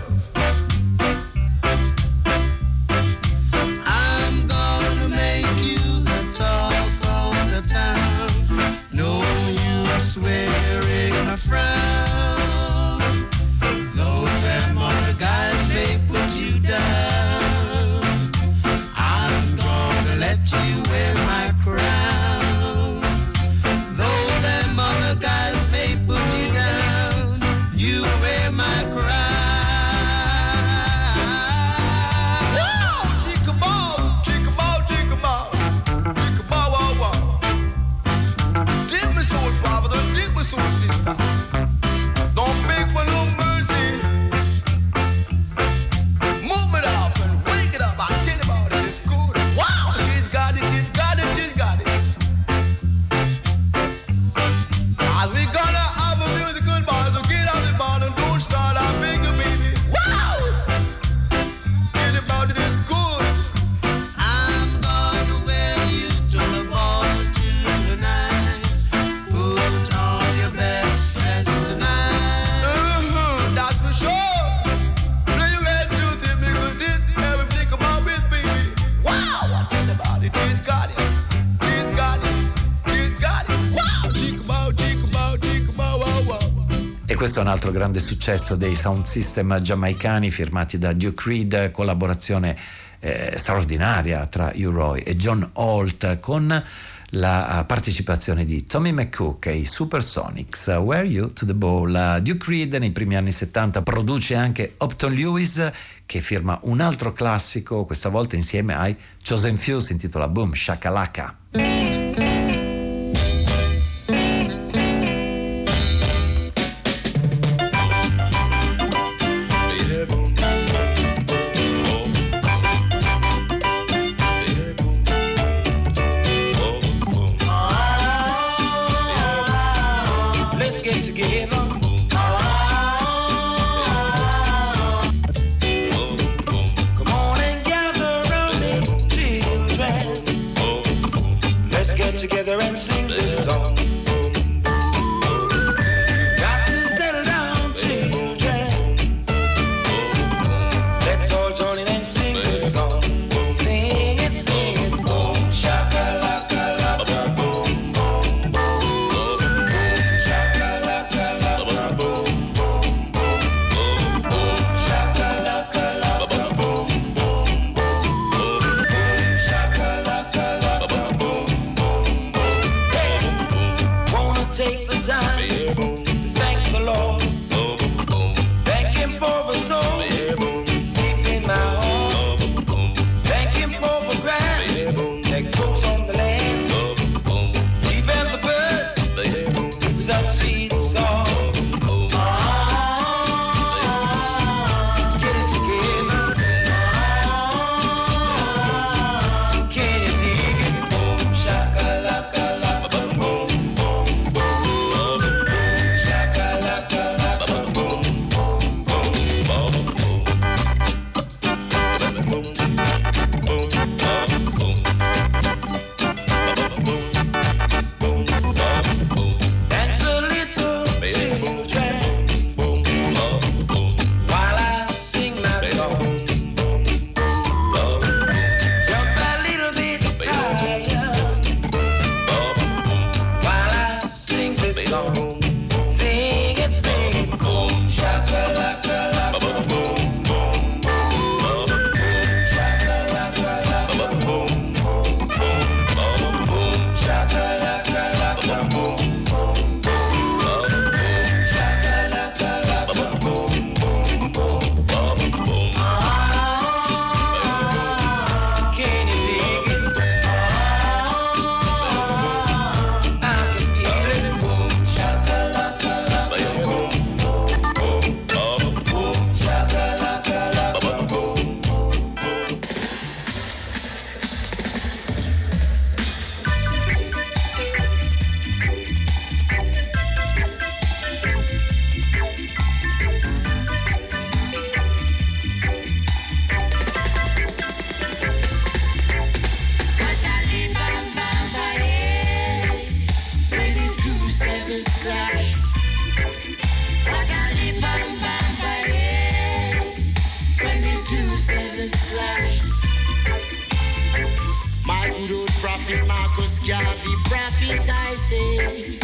I'm gonna make you the talk of the town. No use swearing a frown. Guys may put you down. I'm gonna let you wear my crown. Though them other guys may put you down, you wear my crown. Whoa! Chicka-bow, chicka-bow, chicka-bow, chicka-bow, wow, wow. Dip me soul, father, dip me soul, sister. Don't beg for no mercy. Questo è un altro grande successo dei sound system giamaicani firmati da Duke Reid, collaborazione straordinaria tra U-Roy e John Holt con la partecipazione di Tommy McCook e i Supersonics. Were You to the Ball? Duke Reid nei primi anni 70 produce anche Upton Lewis, che firma un altro classico, questa volta insieme ai Chosen Few, si intitola Boom Shakalaka. Clash. My good old prophet Marcus Garvey prophesied, say,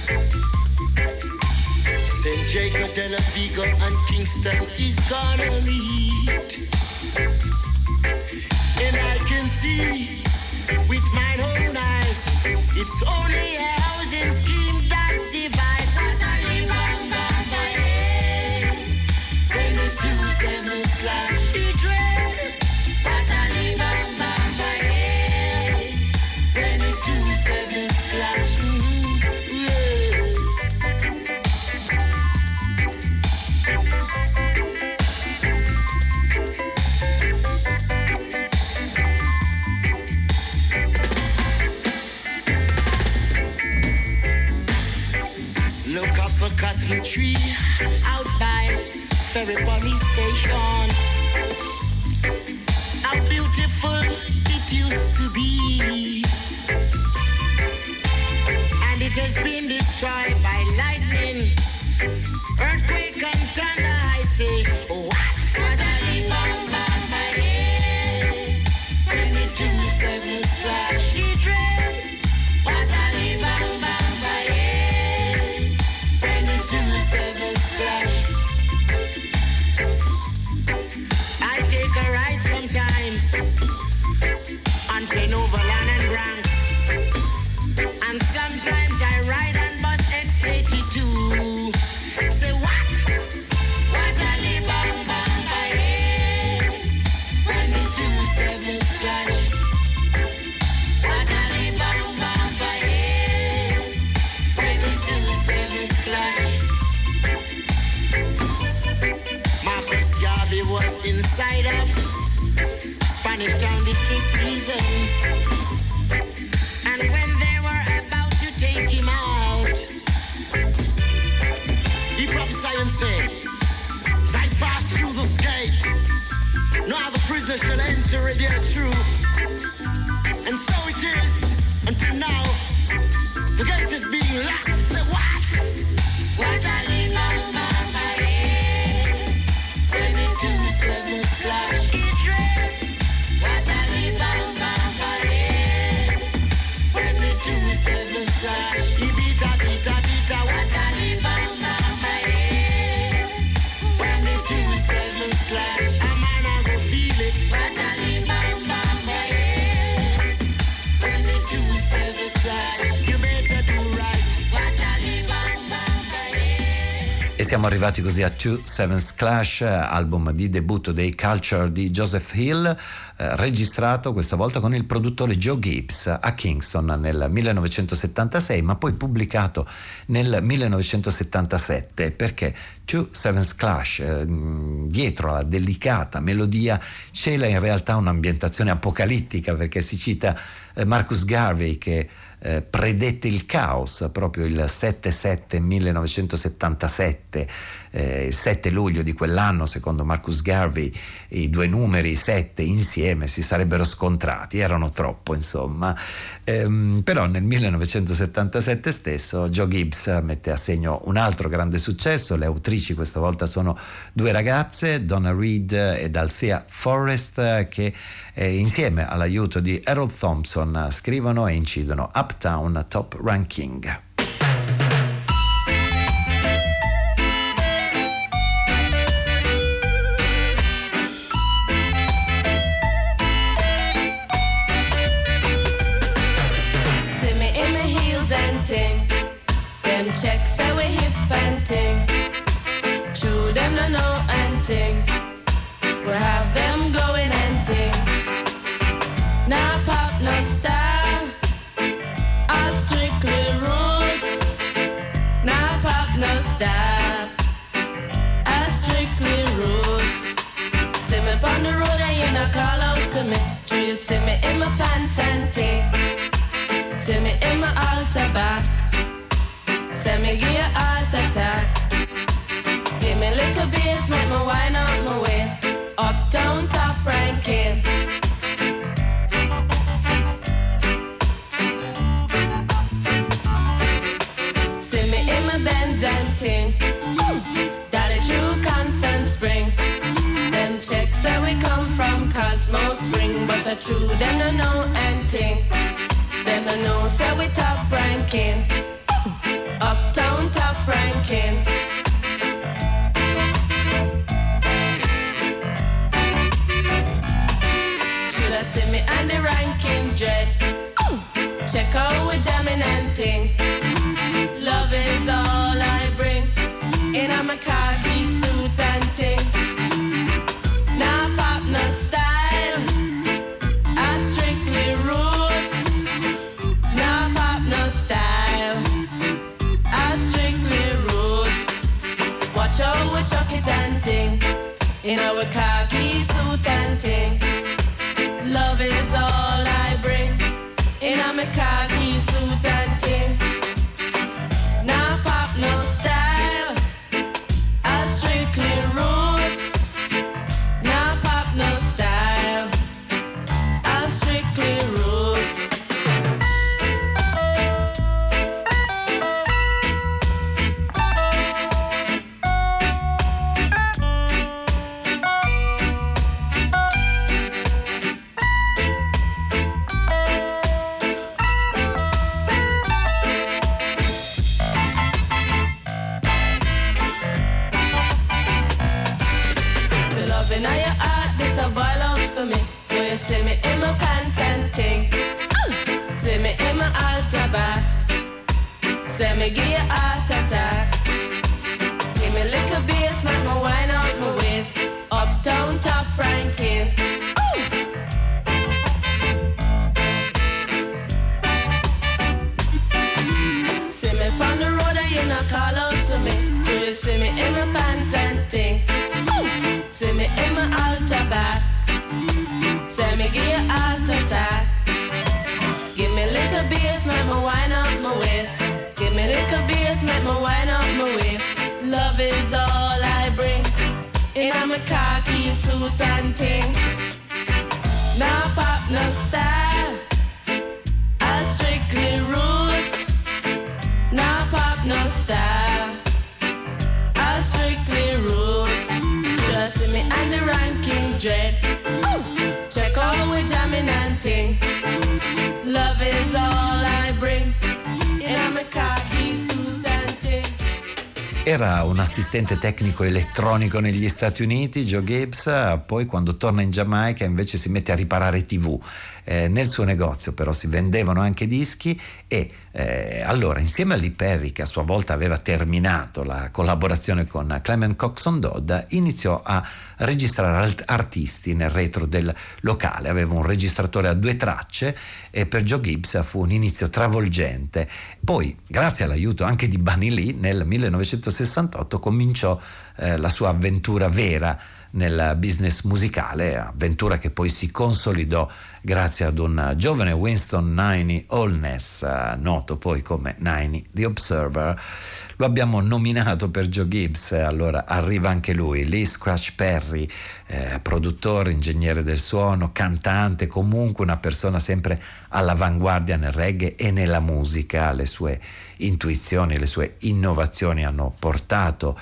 St. Jacob, Della Vigo, and Kingston is gonna meet. And I can see with mine own eyes, it's only a housing scheme that divide. When the 2-7s clash, it red. When the 2-7s clash, look up a cotton tree out by Ferry Police Station. How beautiful it used to be, and it has been destroyed by lightning, earthquake and thunder. I say, what? When the 2-7s clash, it red. When the 2-7s clash, I take a ride sometimes on Penoverland and Bronx, and sometimes I ride on bus X82. Say what? What a live on when the 2-7s clash. What a live on when the 2-7s clash. Marcus Garvey was inside of Spanish Town District Prison, and when they were about to take him out, he prophesied and said, as I pass through this gate, no other prisoner shall enter it there through. And so it is until now. The gate is being locked. Say what? What I live on when the 2-7s clash, it red. What I live on when the 2-7s clash, it beata. What I live on when the 2-7s clash, a man I go feel it. What I live on when the 2-7s clash, you better do right. What I live on. E siamo arrivati così a 2-7s Clash, album di debutto dei Culture di Joseph Hill, registrato questa volta con il produttore Joe Gibbs a Kingston nel 1976, ma poi pubblicato nel 1977, perché 2-7s Clash, dietro alla delicata melodia, cela in realtà un'ambientazione apocalittica, perché si cita Marcus Garvey che predette il caos proprio il 7/7/1977, il 7 luglio di quell'anno, secondo Marcus Garvey, i due numeri 7 insieme si sarebbero scontrati, erano troppo insomma, però nel 1977 stesso Joe Gibbs mette a segno un altro grande successo. Le autrici questa volta sono due ragazze, Donna Reed ed Althea Forrest, che insieme all'aiuto di Harold Thompson scrivono e incidono Uptown Top Ranking. See me in my heels and ting, them checks say we hip and ting, true them no know and ting, we have them going and ting, now pop no style, all strictly roots, now pop no style, all strictly roots. See me on the road and you not call out to me, do you see me in my pants and ting, see me in my altar back, see me give you heart attack, give me little bass, make me wind out my waist, uptown top ranking. See me in my Benz and ting, Dolly True Constant Spring, them checks say we come from Christmas spring, but I true them no know anything. Them no know say we top ranking, uptown top ranking. Should I see me and the ranking dread? Check out we jamming and ting. Love is all I bring. In a my khaki suit and ting. Nah pop no style, I strictly roots. Nah pop no style, I strictly roots. Watch out we chuck it and ting. In our khaki suit and ting. Love is all I bring. In a my khaki suit and ting. Nah pop no style, I strictly roots. Nah pop no style, I strictly roots. The love in your heart, this a boil up for me. When you see me in my pants and ting. See me in my altar back. Say me give you heart attack. Give me little bass, make me wind out my waist. Uptown top ranking. See me on the road and you not call out to me. Do you see me in my pants and ting? See me in my altar back. Say me give you heart attack. Give me little bass, make me wind up my waist. Give me little bass, make me wind up my waist. Love is all I bring. In my khaki suit and ting. Nah pop no style, I strictly roots. Nah pop no style, I strictly roots. Just see me and the ranking dread. Check out we jamming and ting. Love is all I bring. In my khaki suit and ting. Era un assistente tecnico elettronico negli Stati Uniti, Joe Gibbs, poi quando torna in Giamaica invece si mette a riparare TV. Nel suo negozio però si vendevano anche dischi e allora insieme a Lee Perry, che a sua volta aveva terminato la collaborazione con Clement Coxon Dodd, iniziò a registrare artisti nel retro del locale. Aveva un registratore a 2 tracce e per Joe Gibbs fu un inizio travolgente. Poi, grazie all'aiuto anche di Bunny Lee, nel 1968 cominciò la sua avventura vera nel business musicale, avventura che poi si consolidò grazie ad un giovane Winston Niney Holness, noto poi come Niney the Observer. Lo abbiamo nominato per Joe Gibbs, allora arriva anche lui, Lee Scratch Perry, produttore, ingegnere del suono, cantante, comunque una persona sempre all'avanguardia nel reggae e nella musica. Le sue intuizioni, le sue innovazioni hanno portato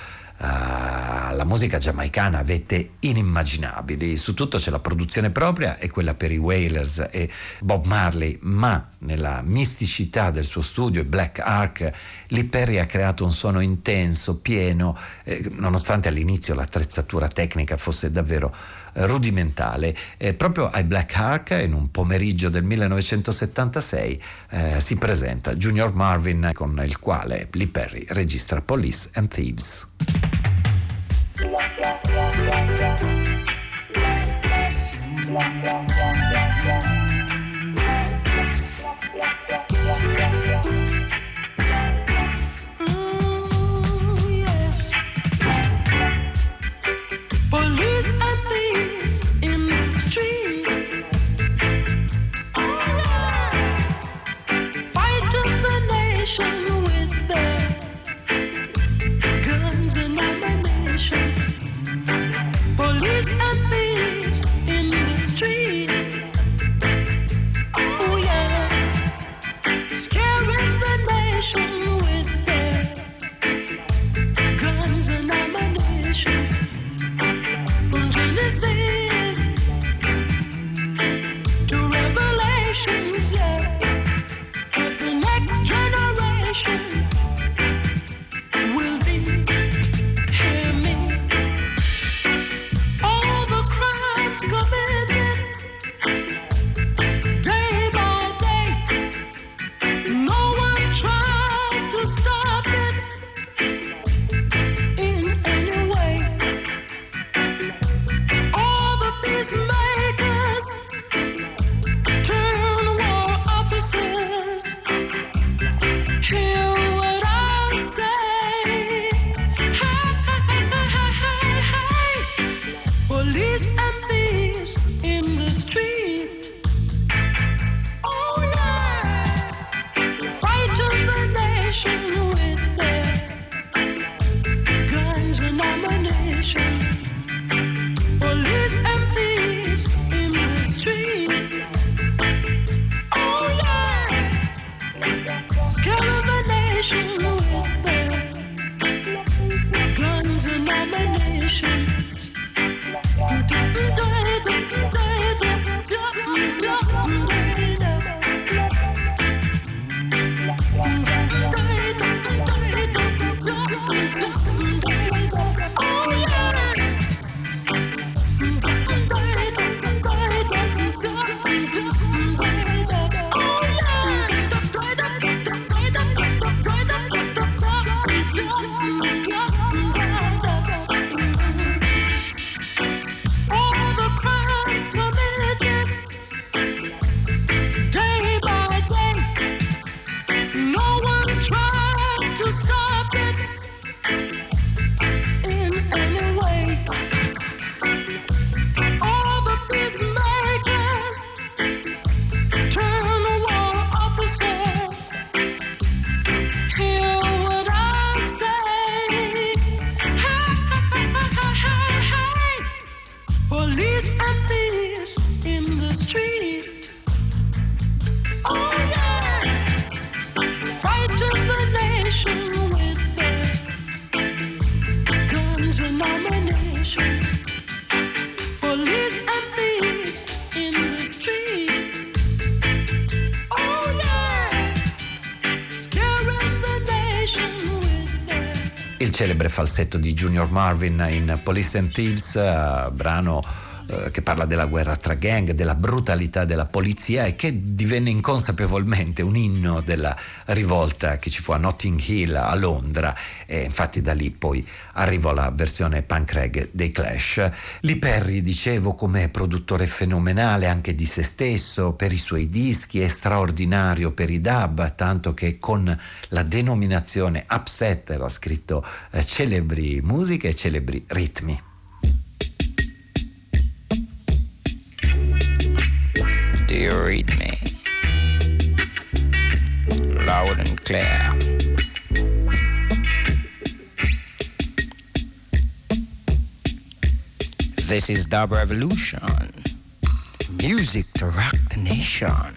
la musica giamaicana a vette inimmaginabili. Su tutto c'è la produzione propria e quella per i Wailers e Bob Marley, ma nella misticità del suo studio Black Ark, Lee Perry ha creato un suono intenso, pieno, nonostante all'inizio l'attrezzatura tecnica fosse davvero rudimentale. Proprio ai Black Ark, in un pomeriggio del 1976, si presenta Junior Marvin, con il quale Lee Perry registra Police and Thieves. Police and thieves in the street, fighting the nation with their guns and ammunition. Police and thieves in the street, oh yes, scary. Il celebre falsetto di Junior Marvin in Police and Thieves, brano che parla della guerra tra gang, della brutalità della polizia e che divenne inconsapevolmente un inno della rivolta che ci fu a Notting Hill a Londra, e infatti da lì poi arrivò la versione punk reggae dei Clash. Lee Perry, dicevo, come produttore fenomenale anche di se stesso, per i suoi dischi, è straordinario per i dub, tanto che con la denominazione Upsetter ha scritto celebri musiche e celebri ritmi. Do you read me? Loud and clear. This is Dub Revolution. Music to rock the nation.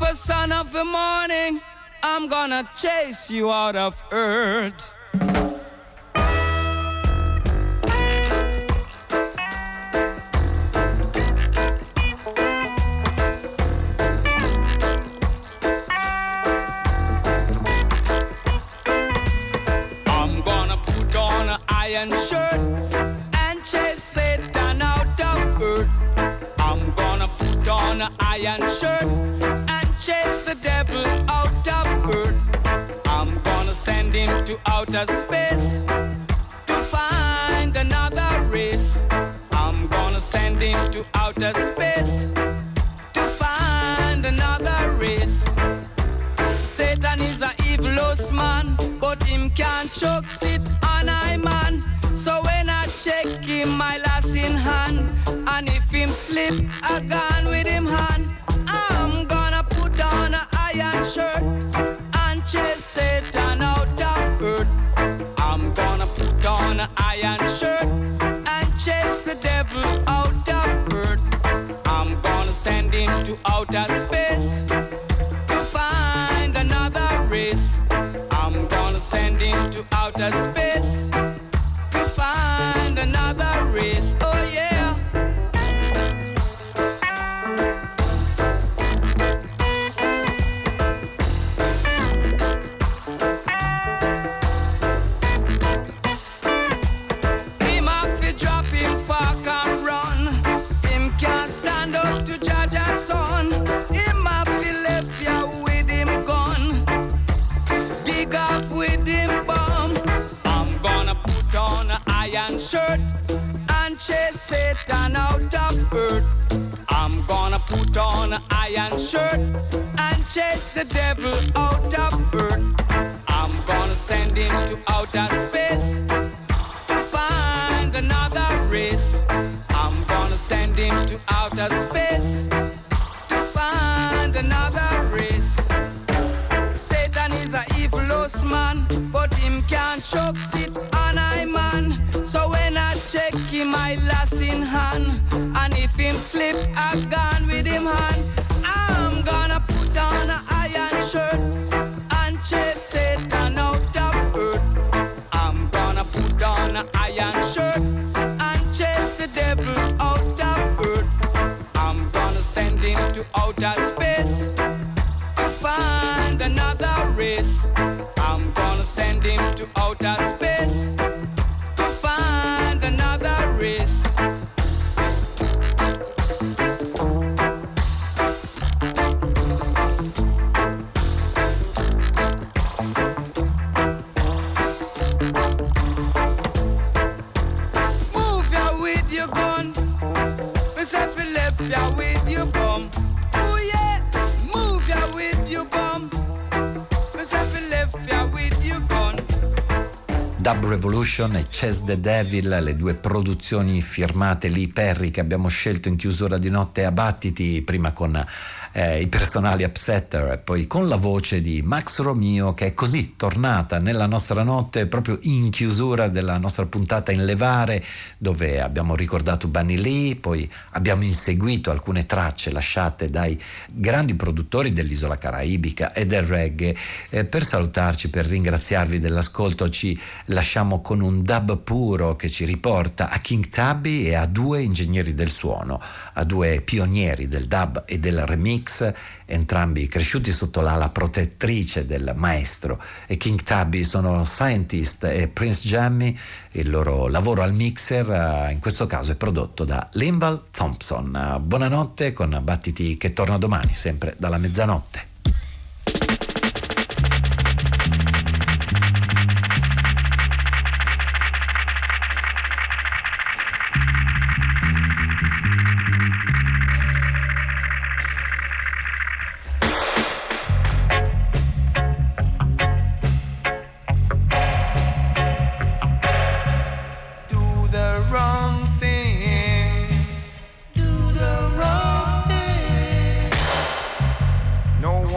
Lucifer, son of the morning, I'm gonna chase you out of earth. I'm gonna put on an iron shirt and chase Satan out of earth. I'm gonna put on an iron shirt and chase the devil out of earth. I'm gonna send him to outer space to find another race. I'm gonna send him to outer space to find another race. Satan is a evilous man, but him can't choke sit on I man. So when I check him, my lass in hand, and if him slip, I gone with him hand. I'm gonna put on an iron shirt and chase Satan out of earth. I'm gonna put on an iron shirt and chase the devil out of earth. I'm gonna send him to outer space to find another race. I'm gonna send him to outer space to find another race. Oh yeah. Him have to drop him fork and run. Him can't stand up to judge a son. Him have to left ya with him gun. Dig off with him bomb. I'm gonna put on an iron shirt and chase Satan out of earth. I'm gonna put on an iron shirt and chase the devil out of earth. I'm gonna send him to outer space to find another race. I'm gonna send him to outer space to find another race. Satan is a evilous man, but him can't choke sit on I man. So when I check him, I lass in hand, and if him slip, I gone with him hand. I'm gonna put on an iron shirt and chase Satan out of earth. I'm gonna put on an iron shirt and chase the devil out of earth. I'm gonna send him to outer space to find another race. I'm gonna send him to outer space to find another race. Move ya with your gun. Myself you left ya with your bum. Oh yeah, move ya with your bum. Myself you left ya with your gun. Dub Revolution e Chase the Devil, le due produzioni firmate Lee Perry che abbiamo scelto in chiusura di notte a Battiti, prima con i personali Upsetter e poi con la voce di Max Romeo, che è così tornata nella nostra notte proprio in chiusura della nostra puntata in Levare, dove abbiamo ricordato Bunny Lee, poi abbiamo inseguito alcune tracce lasciate dai grandi produttori dell'isola caraibica e del reggae. Per salutarci, per ringraziarvi dell'ascolto, ci lasciamo con un dub puro che ci riporta a King Tubby e a due ingegneri del suono, a due pionieri del dub e del remix, entrambi cresciuti sotto l'ala protettrice del maestro. E King Tubby sono Scientist e Prince Jammy. Il loro lavoro al mixer in questo caso è prodotto da Limbal Thompson. Buonanotte con Battiti che torna domani sempre dalla mezzanotte. No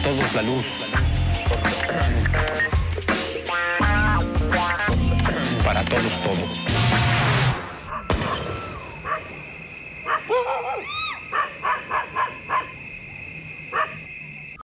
todos la luz. Para todos todo.